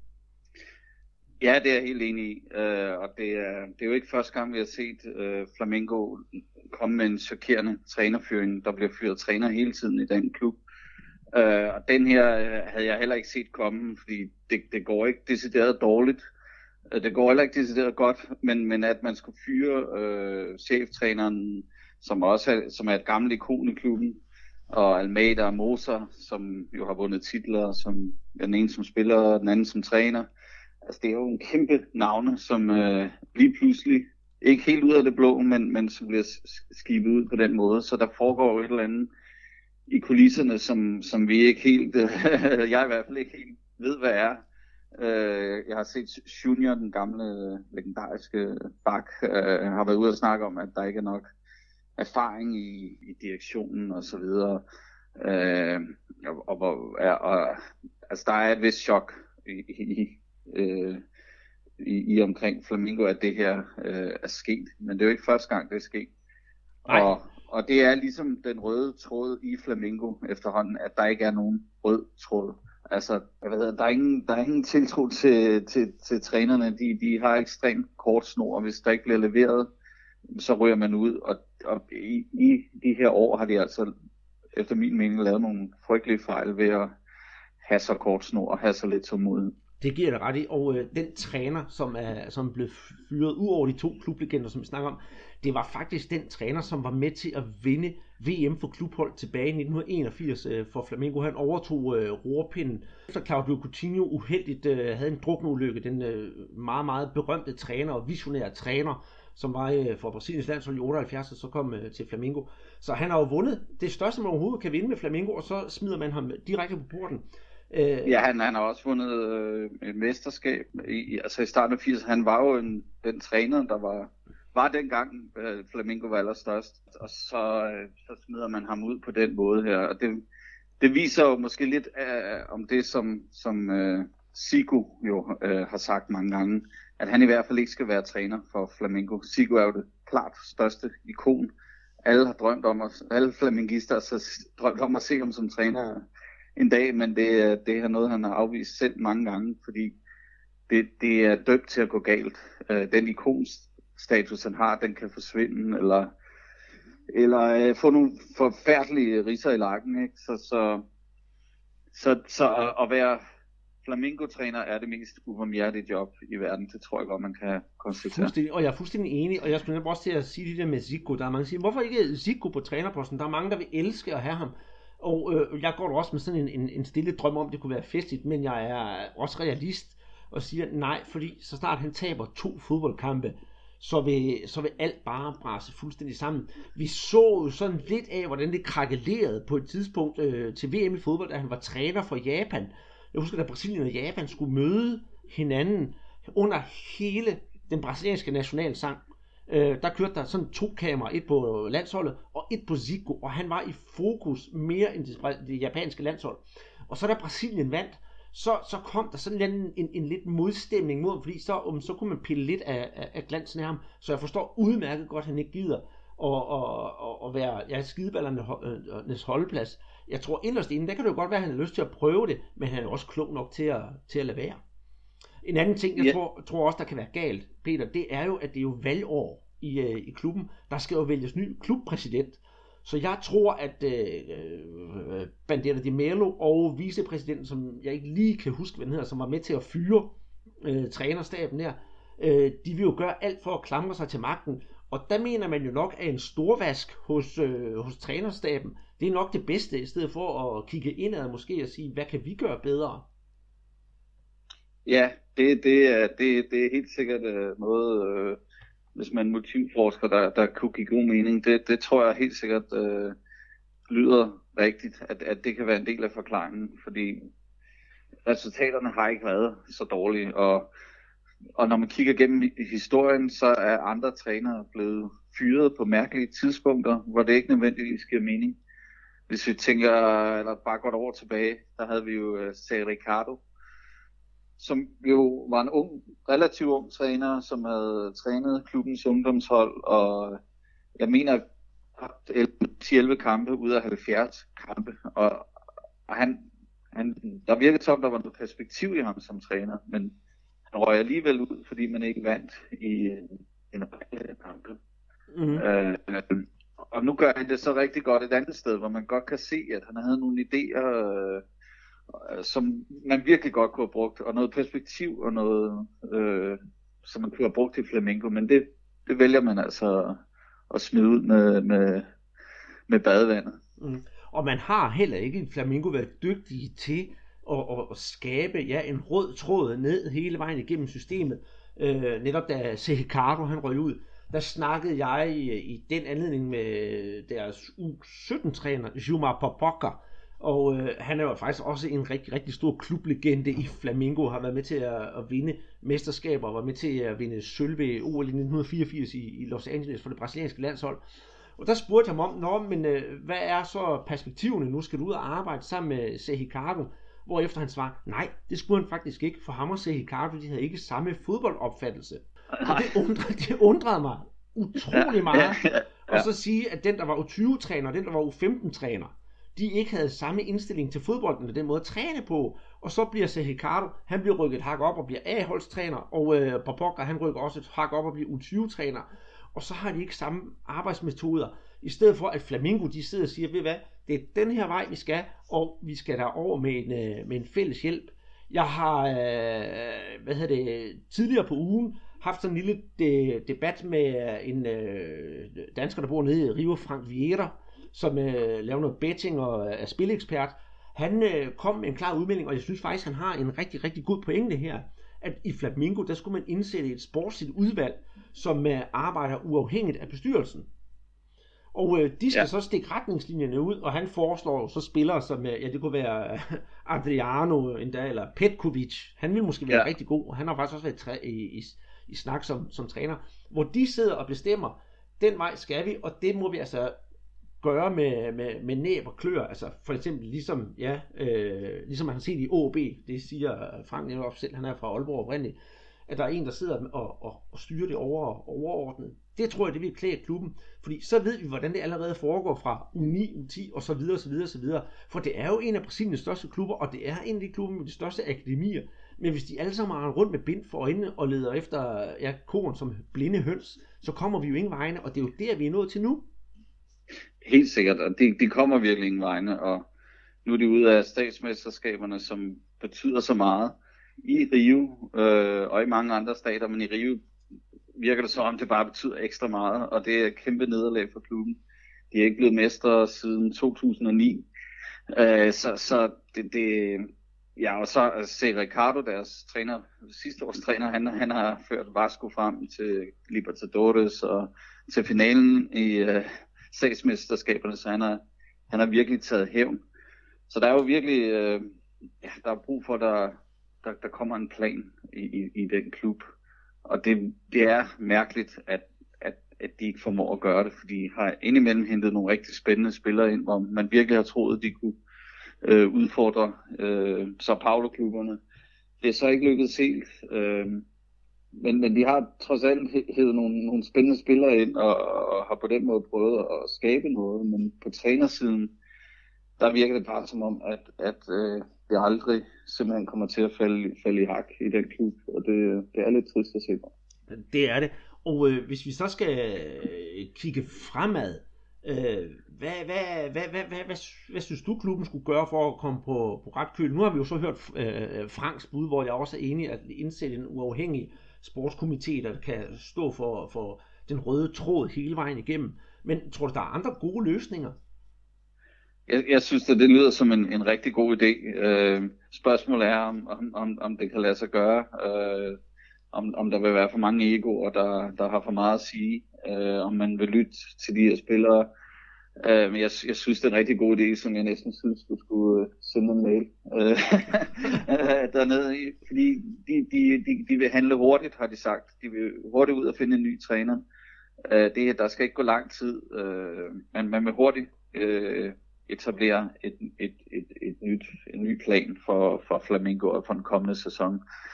Speaker 3: Ja, det er jeg helt enig i, uh, og det er, det er jo ikke første gang, vi har set uh, Flamengo komme med en chokerende trænerføring. Der bliver fyret træner hele tiden i den klub. Uh, og den her uh, havde jeg heller ikke set komme, fordi det, det går ikke decideret dårligt. Uh, det går heller ikke decideret godt, men, men at man skulle fyre uh, cheftræneren, som også er, som er et gammelt ikon i klubben, og Almeida og Moser, som jo har vundet titler, som den ene som spiller og den anden som træner. Altså det er jo en kæmpe navne, som øh, lige pludselig, ikke helt ud af det blå, men, men som bliver skibet ud på den måde. Så der foregår jo et eller andet i kulisserne, som, som vi ikke helt, øh, jeg i hvert fald ikke helt ved, hvad er. Øh, jeg har set Junior, den gamle legendariske bak, øh, har været ude og snakke om, at der ikke er nok erfaring i, i direktionen og så videre. Øh, og, og, og, og, altså der er et vist chok i, i Øh, i, i omkring Flamengo, at det her øh, er sket. Men det er jo ikke første gang, det er sket. Og, og det er ligesom den røde tråd i Flamengo efterhånden, at der ikke er nogen rød tråd. Altså, hvad hedder, der er ingen, der er ingen tiltro til, til, til trænerne. De, de har ekstremt kort snor, og hvis der ikke bliver leveret, så ryger man ud. Og, og i, i de her år har de altså, efter min mening, lavet nogle frygtelige fejl ved at have så kort snor og have så lidt tålmodighed.
Speaker 2: Det giver det ret i, og øh, den træner, som er som blev fyret ud over de to klublegender, som vi snakker om, det var faktisk den træner, som var med til at vinde V M for klubhold tilbage i nitten enogfirs øh, for Flamengo. Han overtog øh, rorpinden. Efter Claudio Coutinho uheldigt øh, havde en drukneulykke, den øh, meget, meget berømte træner og visionære træner, som var øh, for Brasiliens landshold i otteoghalvfjerds, og så kom øh, til Flamengo. Så han har jo vundet det største, man overhovedet kan vinde med Flamengo, og så smider man ham direkte på porten.
Speaker 3: Ja, han, han har også vundet øh, et mesterskab i, altså i starten af firserne. Han var jo en, den træner, der var, var dengang øh, Flamengo var allerstørst, og så, øh, så smider man ham ud på den måde her. Og det, det viser jo måske lidt øh, om det, som, som øh, Zico jo øh, har sagt mange gange, at han i hvert fald ikke skal være træner for Flamengo. Zico er jo det klart største ikon. Alle har drømt om at, alle flamengister har drømt om at se ham som træner en dag, men det, det er noget, han har afvist selv mange gange, fordi det, det er dømt til at gå galt. øh, den ikonstatus, han har, den kan forsvinde, eller, eller øh, få nogle forfærdelige ridser i lakken. Ikke? Så, så, så, så at, at være Flamengo-træner er det mest ubarmhjertige job i verden. Det tror jeg godt, man kan konstatere.
Speaker 2: Og jeg er fuldstændig enig, og jeg skulle også til at sige det der med Zico. Der er mange, der siger, hvorfor ikke Zico på trænerposten? Der er mange, der vil elske at have ham. Og øh, jeg går også med sådan en, en, en stille drøm om, det kunne være festligt, men jeg er også realist og siger nej, fordi så snart han taber to fodboldkampe, så vil, så vil alt bare brase fuldstændig sammen. Vi så jo sådan lidt af, hvordan det krakkelerede på et tidspunkt øh, til V M i fodbold, da han var træner for Japan. Jeg husker, da Brasilien og Japan skulle møde hinanden under hele den brasilianske nationalsang. Øh, der kørte der sådan to kameraer, et på landsholdet og et på Zico, og han var i fokus mere end det, det japanske landshold. Og så da Brasilien vandt, så, så kom der sådan en, en, en lidt modstemning mod ham, fordi så, um, så kunne man pille lidt af, af, af glansen af ham. Så jeg forstår udmærket godt, at han ikke gider at, at, at, at være ja, skideballernes holdeplads. Jeg tror inderst inden, der kan det jo godt være, at han har lyst til at prøve det, men han er også klog nok til at, til at lade være. En anden ting, jeg yeah. tror, tror også, der kan være galt, Peter, det er jo, at det er jo valgår i, øh, i klubben. Der skal jo vælges ny klubpræsident. Så jeg tror, at øh, Bandeira de Melo og vicepræsidenten, som jeg ikke lige kan huske, hvad den hedder, som var med til at fyre øh, trænerstaben der, øh, de vil jo gøre alt for at klamre sig til magten. Og der mener man jo nok, at en storvask hos, øh, hos trænerstaben, det er nok det bedste, i stedet for at kigge indad måske og sige, hvad kan vi gøre bedre?
Speaker 3: Ja, det, det, er, det, det er helt sikkert noget, øh, hvis man motivforsker, der, der kunne give god mening. Det, det tror jeg helt sikkert øh, lyder rigtigt, at, at det kan være en del af forklaringen, fordi resultaterne har ikke været så dårlige, og, og når man kigger gennem historien, så er andre trænere blevet fyret på mærkelige tidspunkter, hvor det ikke nødvendigvis giver mening. Hvis vi tænker, eller bare godt år tilbage, der havde vi jo uh, Zé Ricardo, som jo var en ung, relativt ung træner, som havde trænet klubbens ungdomshold, og jeg mener ti elleve kampe ud af halvfjerds kampe, og, og han, han, der virkede som, der var noget perspektiv i ham som træner, men han røg alligevel ud, fordi man ikke vandt i en række kampe. Mm-hmm. Øh, og nu gør han det så rigtig godt et andet sted, hvor man godt kan se, at han havde nogle idéer, øh, som man virkelig godt kunne have brugt, og noget perspektiv og noget, øh, som man kunne have brugt til Flamengo, men det, det vælger man altså at smide ud med, med, med badevandet.
Speaker 2: Mm. Og man har heller ikke i Flamengo været dygtige til at, at, at skabe ja, en rød tråd ned hele vejen igennem systemet. Øh, netop da Zé Ricardo han røg ud, der snakkede jeg i, i den anledning med deres U sytten-træner, Gilmar Papoca, og øh, han er jo faktisk også en rigtig, rigtig stor klublegende i Flamengo, har været med til at, at vinde mesterskaber, og var med til at vinde sølv ved O L i nitten fireogfirs i, i Los Angeles for det brasilianske landshold. Og der spurgte jeg ham om, Nå, men øh, hvad er så perspektiverne nu? Skal du ud og arbejde sammen med Zé Ricardo? Hvorefter han svarede, nej, det skulle han faktisk ikke, for ham og Zé Ricardo, de havde ikke samme fodboldopfattelse. Og det undrede, det undrede mig utrolig meget. Ja, ja, ja. Og så sige, at den, der var U tyve-træner, og den, der var U femten-træner, de ikke havde samme indstilling til fodbolden, og den måde at træne på. Og så bliver Zé Ricardo, han bliver rykket et hak op og bliver A-holdstræner, og øh, Papoca, han rykker også et hak op og bliver U tyve-træner. Og så har de ikke samme arbejdsmetoder. I stedet for, at Flamengo, de sidder og siger, ved hvad, det er den her vej, vi skal, og vi skal derover med en, øh, med en fælles hjælp. Jeg har, øh, hvad hedder det, tidligere på ugen, haft sådan en lille de, debat med en øh, dansker, der bor nede i Rio, Frank Vieira, som øh, laver noget betting og er spilekspert. Han øh, kom med en klar udmelding, og jeg synes faktisk, han har en rigtig, rigtig god pointe her, at i Flamengo, der skulle man indsætte et sportsligt udvalg, som øh, arbejder uafhængigt af bestyrelsen. Og øh, de skal ja. så stikke retningslinjerne ud, og han foreslår så spillere som, øh, ja, det kunne være øh, Adriano endda, eller Petkovic. Han vil måske være ja. rigtig god, og han har faktisk også været træ- i, i, i snak som, som træner, hvor de sidder og bestemmer, den vej skal vi, og det må vi altså gøre med, med, med næb og klør, altså for eksempel ligesom, ja, øh, ligesom man har set i O B, det siger Frank Nielhoff selv, han er fra Aalborg oprindeligt, at der er en, der sidder og, og, og styrer det over, overordnet. Det tror jeg, det vil klæde klubben, fordi så ved vi, hvordan det allerede foregår fra U ni, U ti og så videre, så videre, så videre. For det er jo en af Brasiliens største klubber, og det er en af de klubber med de største akademier. Men hvis de alle sammen har rundt med bind for øjnene og leder efter ja, koren som blinde høns, så kommer vi jo ingen vegne, og det er jo der, vi er nået til nu.
Speaker 3: Helt sikkert, og de, de kommer virkelig ingen vegne, og nu er de ude af statsmesterskaberne, som betyder så meget i Rio øh, og i mange andre stater, men i Rio virker det så om, det bare betyder ekstra meget, og det er et kæmpe nederlag for klubben. De er ikke blevet mestre siden to tusind og ni, øh, så, så det, det ja, og så ser Ricardo, deres træner, sidste års træner, han, han har ført Vasco frem til Libertadores og til finalen i øh, statsmesterskaberne, så han har, han har virkelig taget hævn. Så der er jo virkelig, øh, ja, der er brug for, at der, der, der kommer en plan i, i, i den klub. Og det, det er mærkeligt, at, at, at de ikke formår at gøre det, fordi de har indimellem hentet nogle rigtig spændende spillere ind, hvor man virkelig har troet, at de kunne øh, udfordre øh, São Paulo-klubberne. Det er så ikke lykkedes helt, øh, men, men de har trods alt hævet nogle, nogle spændende spillere ind, og, og har på den måde prøvet at skabe noget, men på trænersiden, der virker det bare som om, at, at øh, det aldrig simpelthen kommer til at falde, falde i hak i den klub, og det, det er lidt trist at se på.
Speaker 2: Det er det. Og øh, hvis vi så skal øh, kigge fremad, øh, hvad, hvad, hvad, hvad, hvad, hvad, hvad synes du, klubben skulle gøre for at komme på, på ret køl? Nu har vi jo så hørt øh, Franks bud, hvor jeg også er enig at indsætte en uafhængig sportskomité, der kan stå for, for den røde tråd hele vejen igennem. Men tror du, der er andre gode løsninger?
Speaker 3: Jeg, jeg synes, at det lyder som en, en rigtig god idé. Øh, spørgsmålet er, om, om, om det kan lade sig gøre. Øh, om, om der vil være for mange egoer, der, der har for meget at sige. Øh, om man vil lytte til de her spillere. Øh, men jeg, jeg synes, det er en rigtig god idé, som jeg næsten synes, du skulle sende en mail øh, dernede. Fordi de, de, de, de vil handle hurtigt, har de sagt. De vil hurtigt ud og finde en ny træner. Øh, det, der skal ikke gå lang tid. Øh, men man vil hurtigt øh, etablere et, et, et, et nyt, en ny plan for, for Flamengo og for den kommende sæson.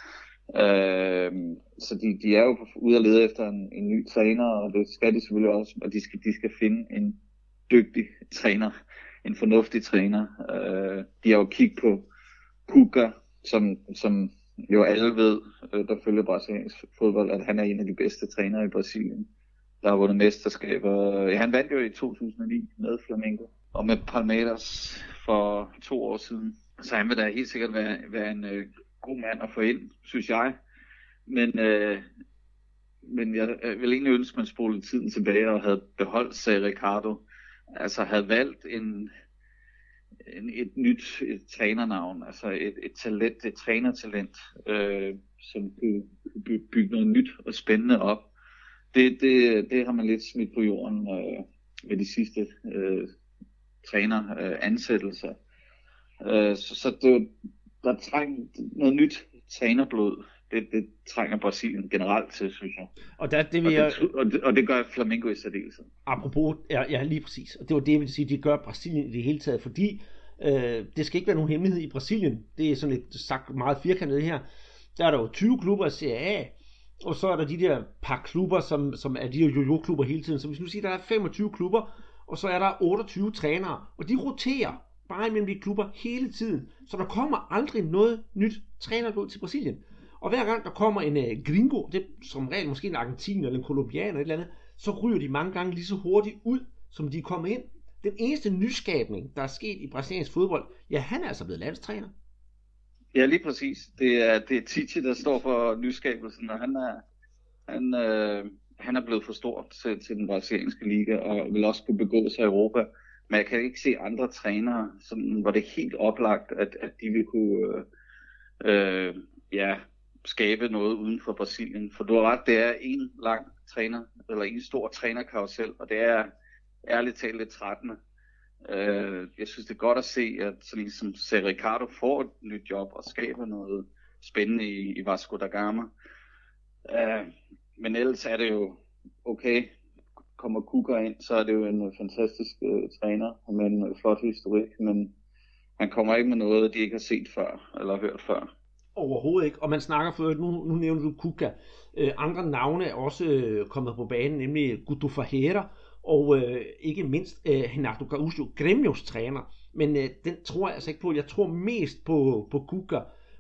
Speaker 3: Øh, så de, de er jo ude at lede efter en, en ny træner, og det skal de selvfølgelig også, og de skal, de skal finde en dygtig træner, en fornuftig træner. Øh, de har jo kigget på Cuca, som, som jo alle ved, der følger brasiliansk fodbold, at han er en af de bedste trænere i Brasilien, der har vundet mesterskaber. Ja, han vandt jo i to tusind og ni med Flamengo, og med Palmeiras for to år siden. Så han vil da helt sikkert være, være en øh, god mand at få ind, synes jeg. Men, øh, men jeg vil egentlig ønske, at man spolede tiden tilbage og havde beholdt sig Ricardo. Altså havde valgt en, en, et nyt et trænernavn, altså et, et talent, et trænertalent, øh, som kunne bygge noget nyt og spændende op. Det, det, det har man lidt smidt på jorden øh, med de sidste øh, træneransættelser. Øh, så så det, der trænger noget nyt trænerblod. Det, det trænger Brasilien generelt til, synes jeg.
Speaker 2: Og, der, det vil jeg...
Speaker 3: og, det, og, det, og det gør Flamengo i særdeleshed.
Speaker 2: Apropos, ja, ja, lige præcis. Og det var det, jeg vil sige, det gør Brasilien i det hele taget, fordi øh, det skal ikke være nogen hemmelighed i Brasilien. Det er sådan lidt sagt meget firkantet her. Der er der jo tyve klubber i Serie A, og så er der de der par klubber, som, som er de her jojo-klubber hele tiden. Så hvis nu siger, der er femogtyve klubber, og så er der otteogtyve trænere, og de roterer bare imellem de klubber hele tiden. Så der kommer aldrig noget nyt trænerblod til Brasilien. Og hver gang der kommer en uh, gringo, det er som regel måske en argentiner eller en colombianer eller et eller andet, så ryger de mange gange lige så hurtigt ud, som de er kommet ind. Den eneste nyskabning, der er sket i brasiliansk fodbold, ja, han er altså blevet landstræner.
Speaker 3: Ja, lige præcis. Det er, det er Tite, der står for nyskabelsen, og han er, han, øh, han er blevet for stor til, til den brasilianske liga, og vil også kunne begå sig i Europa. Men jeg kan ikke se andre trænere, som, hvor det er helt oplagt, at, at de vil kunne øh, ja, skabe noget uden for Brasilien. For du har ret, det er en lang træner, eller en stor trænerkarusel, og det er ærligt talt lidt trættende. Øh, jeg synes, det er godt at se, at sådan en som Ser Ricardo får et nyt job og skaber noget spændende i, i Vasco da Gama. Øh, men ellers er det jo okay. Kommer Cuca ind, så er det jo en fantastisk øh, træner med en flot historik, men han kommer ikke med noget, de ikke har set før, eller hørt før.
Speaker 2: Overhovedet ikke, og man snakker for, nu, nu nævner du Cuca. Øh, andre navne er også øh, kommet på banen, nemlig Guto Ferreira, og øh, ikke mindst øh, Renato Gaúcho, Grêmios træner, men øh, den tror jeg altså ikke på. Jeg tror mest på, på Cuca,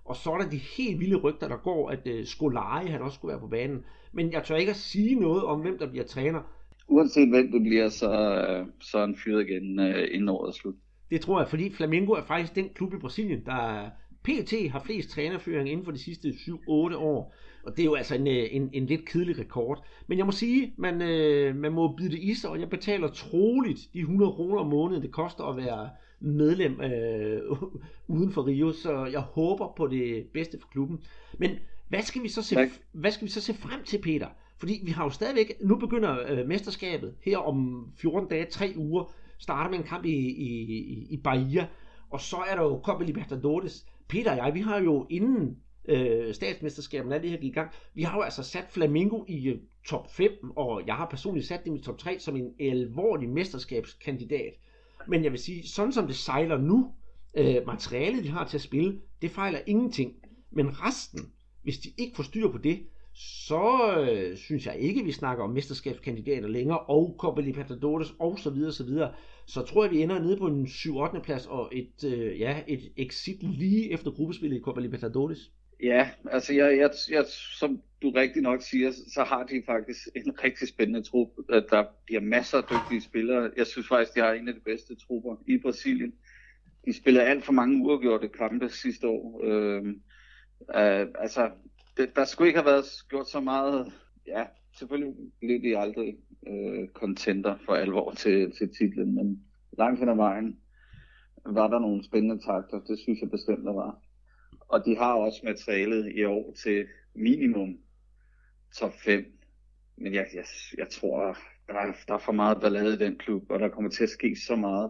Speaker 2: Og så er der de helt vilde rygter, der går, at uh, Scolari, han også skulle være på banen. Men jeg tør ikke at sige noget om, hvem der bliver træner.
Speaker 3: Uanset hvem det bliver, så, så er han fyret igen uh, inden året er slut.
Speaker 2: Det tror jeg, fordi Flamengo er faktisk den klub i Brasilien, der P T har flest trænerføring inden for de sidste syv otte år. Og det er jo altså en, en, en lidt kedelig rekord. Men jeg må sige, man, øh, man må bide det i sig, og jeg betaler troligt de hundrede kroner om måneden, det koster at være medlem øh, uden for Rio. Så jeg håber på det bedste for klubben. Men hvad skal vi så se, hvad skal vi så se frem til, Peter? Fordi vi har jo stadigvæk, nu begynder øh, mesterskabet her om fjorten dage, tre uger, starter med en kamp i, i, i, i Bahia, og så er der jo Copa Libertadores. Peter og jeg, vi har jo inden øh, statsmesterskabet, når det her gik i gang, vi har jo altså sat Flamengo i uh, top fem, og jeg har personligt sat dem i top tre som en alvorlig mesterskabskandidat. Men jeg vil sige, sådan som det sejler nu, øh, materialet de har til at spille, det fejler ingenting. Men resten, hvis de ikke får styr på det, så øh, synes jeg ikke, vi snakker om mesterskabskandidater længere, og Copa Libertadores og så videre, så videre. Så tror jeg, vi ender nede på en syv ottende plads og et, øh, ja, et exit lige efter gruppespillet i Copa Libertadores.
Speaker 3: Ja, altså jeg, jeg, jeg, som du rigtig nok siger, så har de faktisk en rigtig spændende trup. Der bliver masser af dygtige spillere. Jeg synes faktisk, de har en af de bedste trupper i Brasilien. De spillede alt for mange uafgjorte kampe sidste år. Øh, øh, altså, det, der skulle ikke have været gjort så meget. Ja, selvfølgelig blev de aldrig øh, contender for alvor til, til titlen, men langt hen ad vejen var der nogle spændende takter. Det synes jeg bestemt, der var. Og de har også materialet i år til minimum top fem. Men jeg, jeg, jeg tror, der er, der er for meget ballade i den klub, og der kommer til at ske så meget,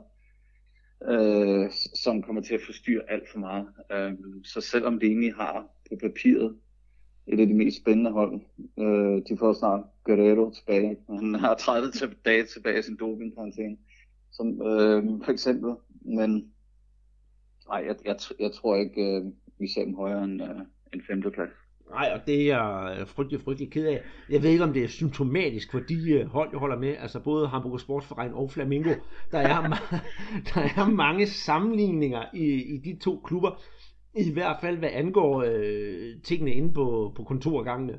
Speaker 3: øh, som kommer til at forstyrre alt for meget. Øh, så selvom de egentlig har på papiret et af de mest spændende hold, øh, de får snart Guerrero tilbage. Han har tredive dage tilbage i sin dopingkarantæne, som øh, for eksempel. Men nej, jeg, jeg, jeg tror ikke, øh, vi ser dem højere end øh, en femteplads.
Speaker 2: Nej, og det er jeg frygtelig, frygtelig ked af. Jeg ved ikke, om det er symptomatisk for de hold, jeg holder med, altså både Hamburger Sportsverein og Flamengo. Der er, ma- der er mange sammenligninger i, i de to klubber, i hvert fald hvad angår øh, tingene inde på, på kontorgangene.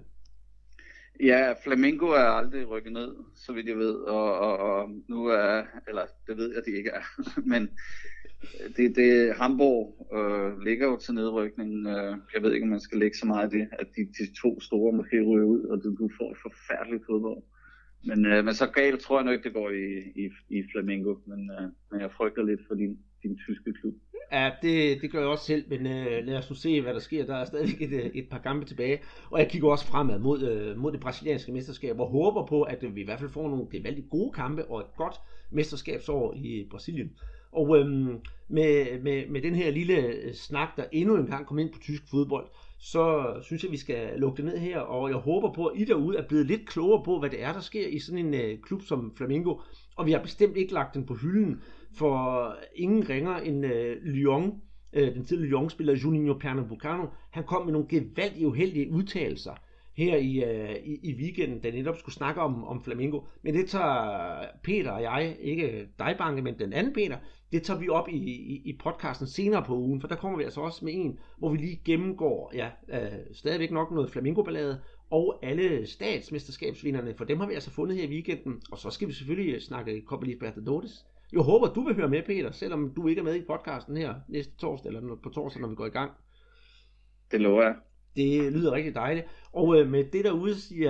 Speaker 3: Ja, Flamengo er aldrig rykket ned, så vidt jeg ved, og, og, og nu er, eller det ved jeg, de ikke er, men det, det Hamburg øh, ligger jo til nedrykning. Øh, jeg ved ikke, om man skal lægge så meget i det, at de, de to store måske ryger ud, og du, du får et forfærdeligt fodbold. Men, øh, men så galt tror jeg nok ikke, det går i, i, i Flamengo, men, øh, men jeg frygter lidt for din, din tyske klub.
Speaker 2: Ja, det, det gør jeg også selv, men øh, lad os nu se, hvad der sker. Der er stadig et, et par kampe tilbage, og jeg kigger også fremad mod, øh, mod det brasilianske mesterskab, og håber på, at vi i hvert fald får nogle gevaldigt gode kampe og et godt mesterskabsår i Brasilien. Og øhm, med, med, med den her lille snak, der endnu en gang kom ind på tysk fodbold, så synes jeg, vi skal lukke det ned her, og jeg håber på, at I derude er blevet lidt klogere på, hvad det er, der sker i sådan en øh, klub som Flamengo, og vi har bestemt ikke lagt den på hylden, for ingen ringer end øh, Lyon, øh, den tidligere Lyon-spiller Juninho Pernambucano. Han kom med nogle gevaldigt uheldige udtalelser her i, øh, i, i weekenden, da netop skulle snakke om, om Flamengo. Men det tager Peter og jeg, ikke dig Banke, men den anden Peter, det tager vi op i, i, i podcasten senere på ugen, for der kommer vi altså også med en, hvor vi lige gennemgår, ja, øh, stadigvæk nok noget Flamengo-ballade, og alle statsmesterskabsvinderne, for dem har vi altså fundet her i weekenden, og så skal vi selvfølgelig snakke Copa Libertadores. Jeg håber, du vil høre med, Peter, selvom du ikke er med i podcasten her næste torsdag, eller på torsdag, når vi går i gang.
Speaker 3: Det lover jeg.
Speaker 2: Det lyder rigtig dejligt. Og øh, med det derude siger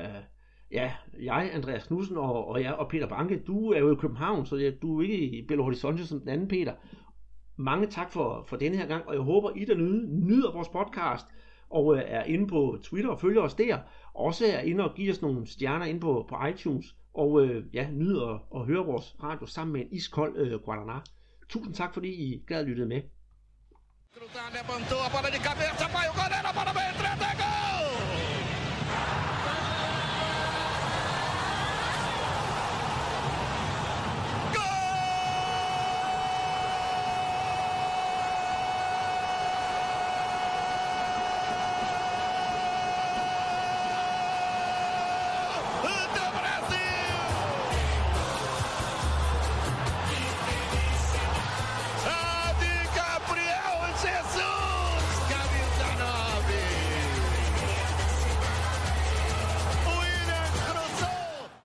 Speaker 2: ja, jeg, Andreas Knudsen og, og jeg og Peter Banke, du er jo i København, så ja, du er ikke i Belo Horizonte som den anden Peter. Mange tak for, for denne her gang, og jeg håber, I der nyder, nyder vores podcast, og øh, er inde på Twitter og følger os der. Også er inde og giver os nogle stjerner inde på, på iTunes, og øh, ja, nyder at høre vores radio sammen med en iskold øh, Guaraná. Tusind tak, fordi I gad lytte med.
Speaker 1: Levantou a bola de cabeça, vai o goleiro, a bola vai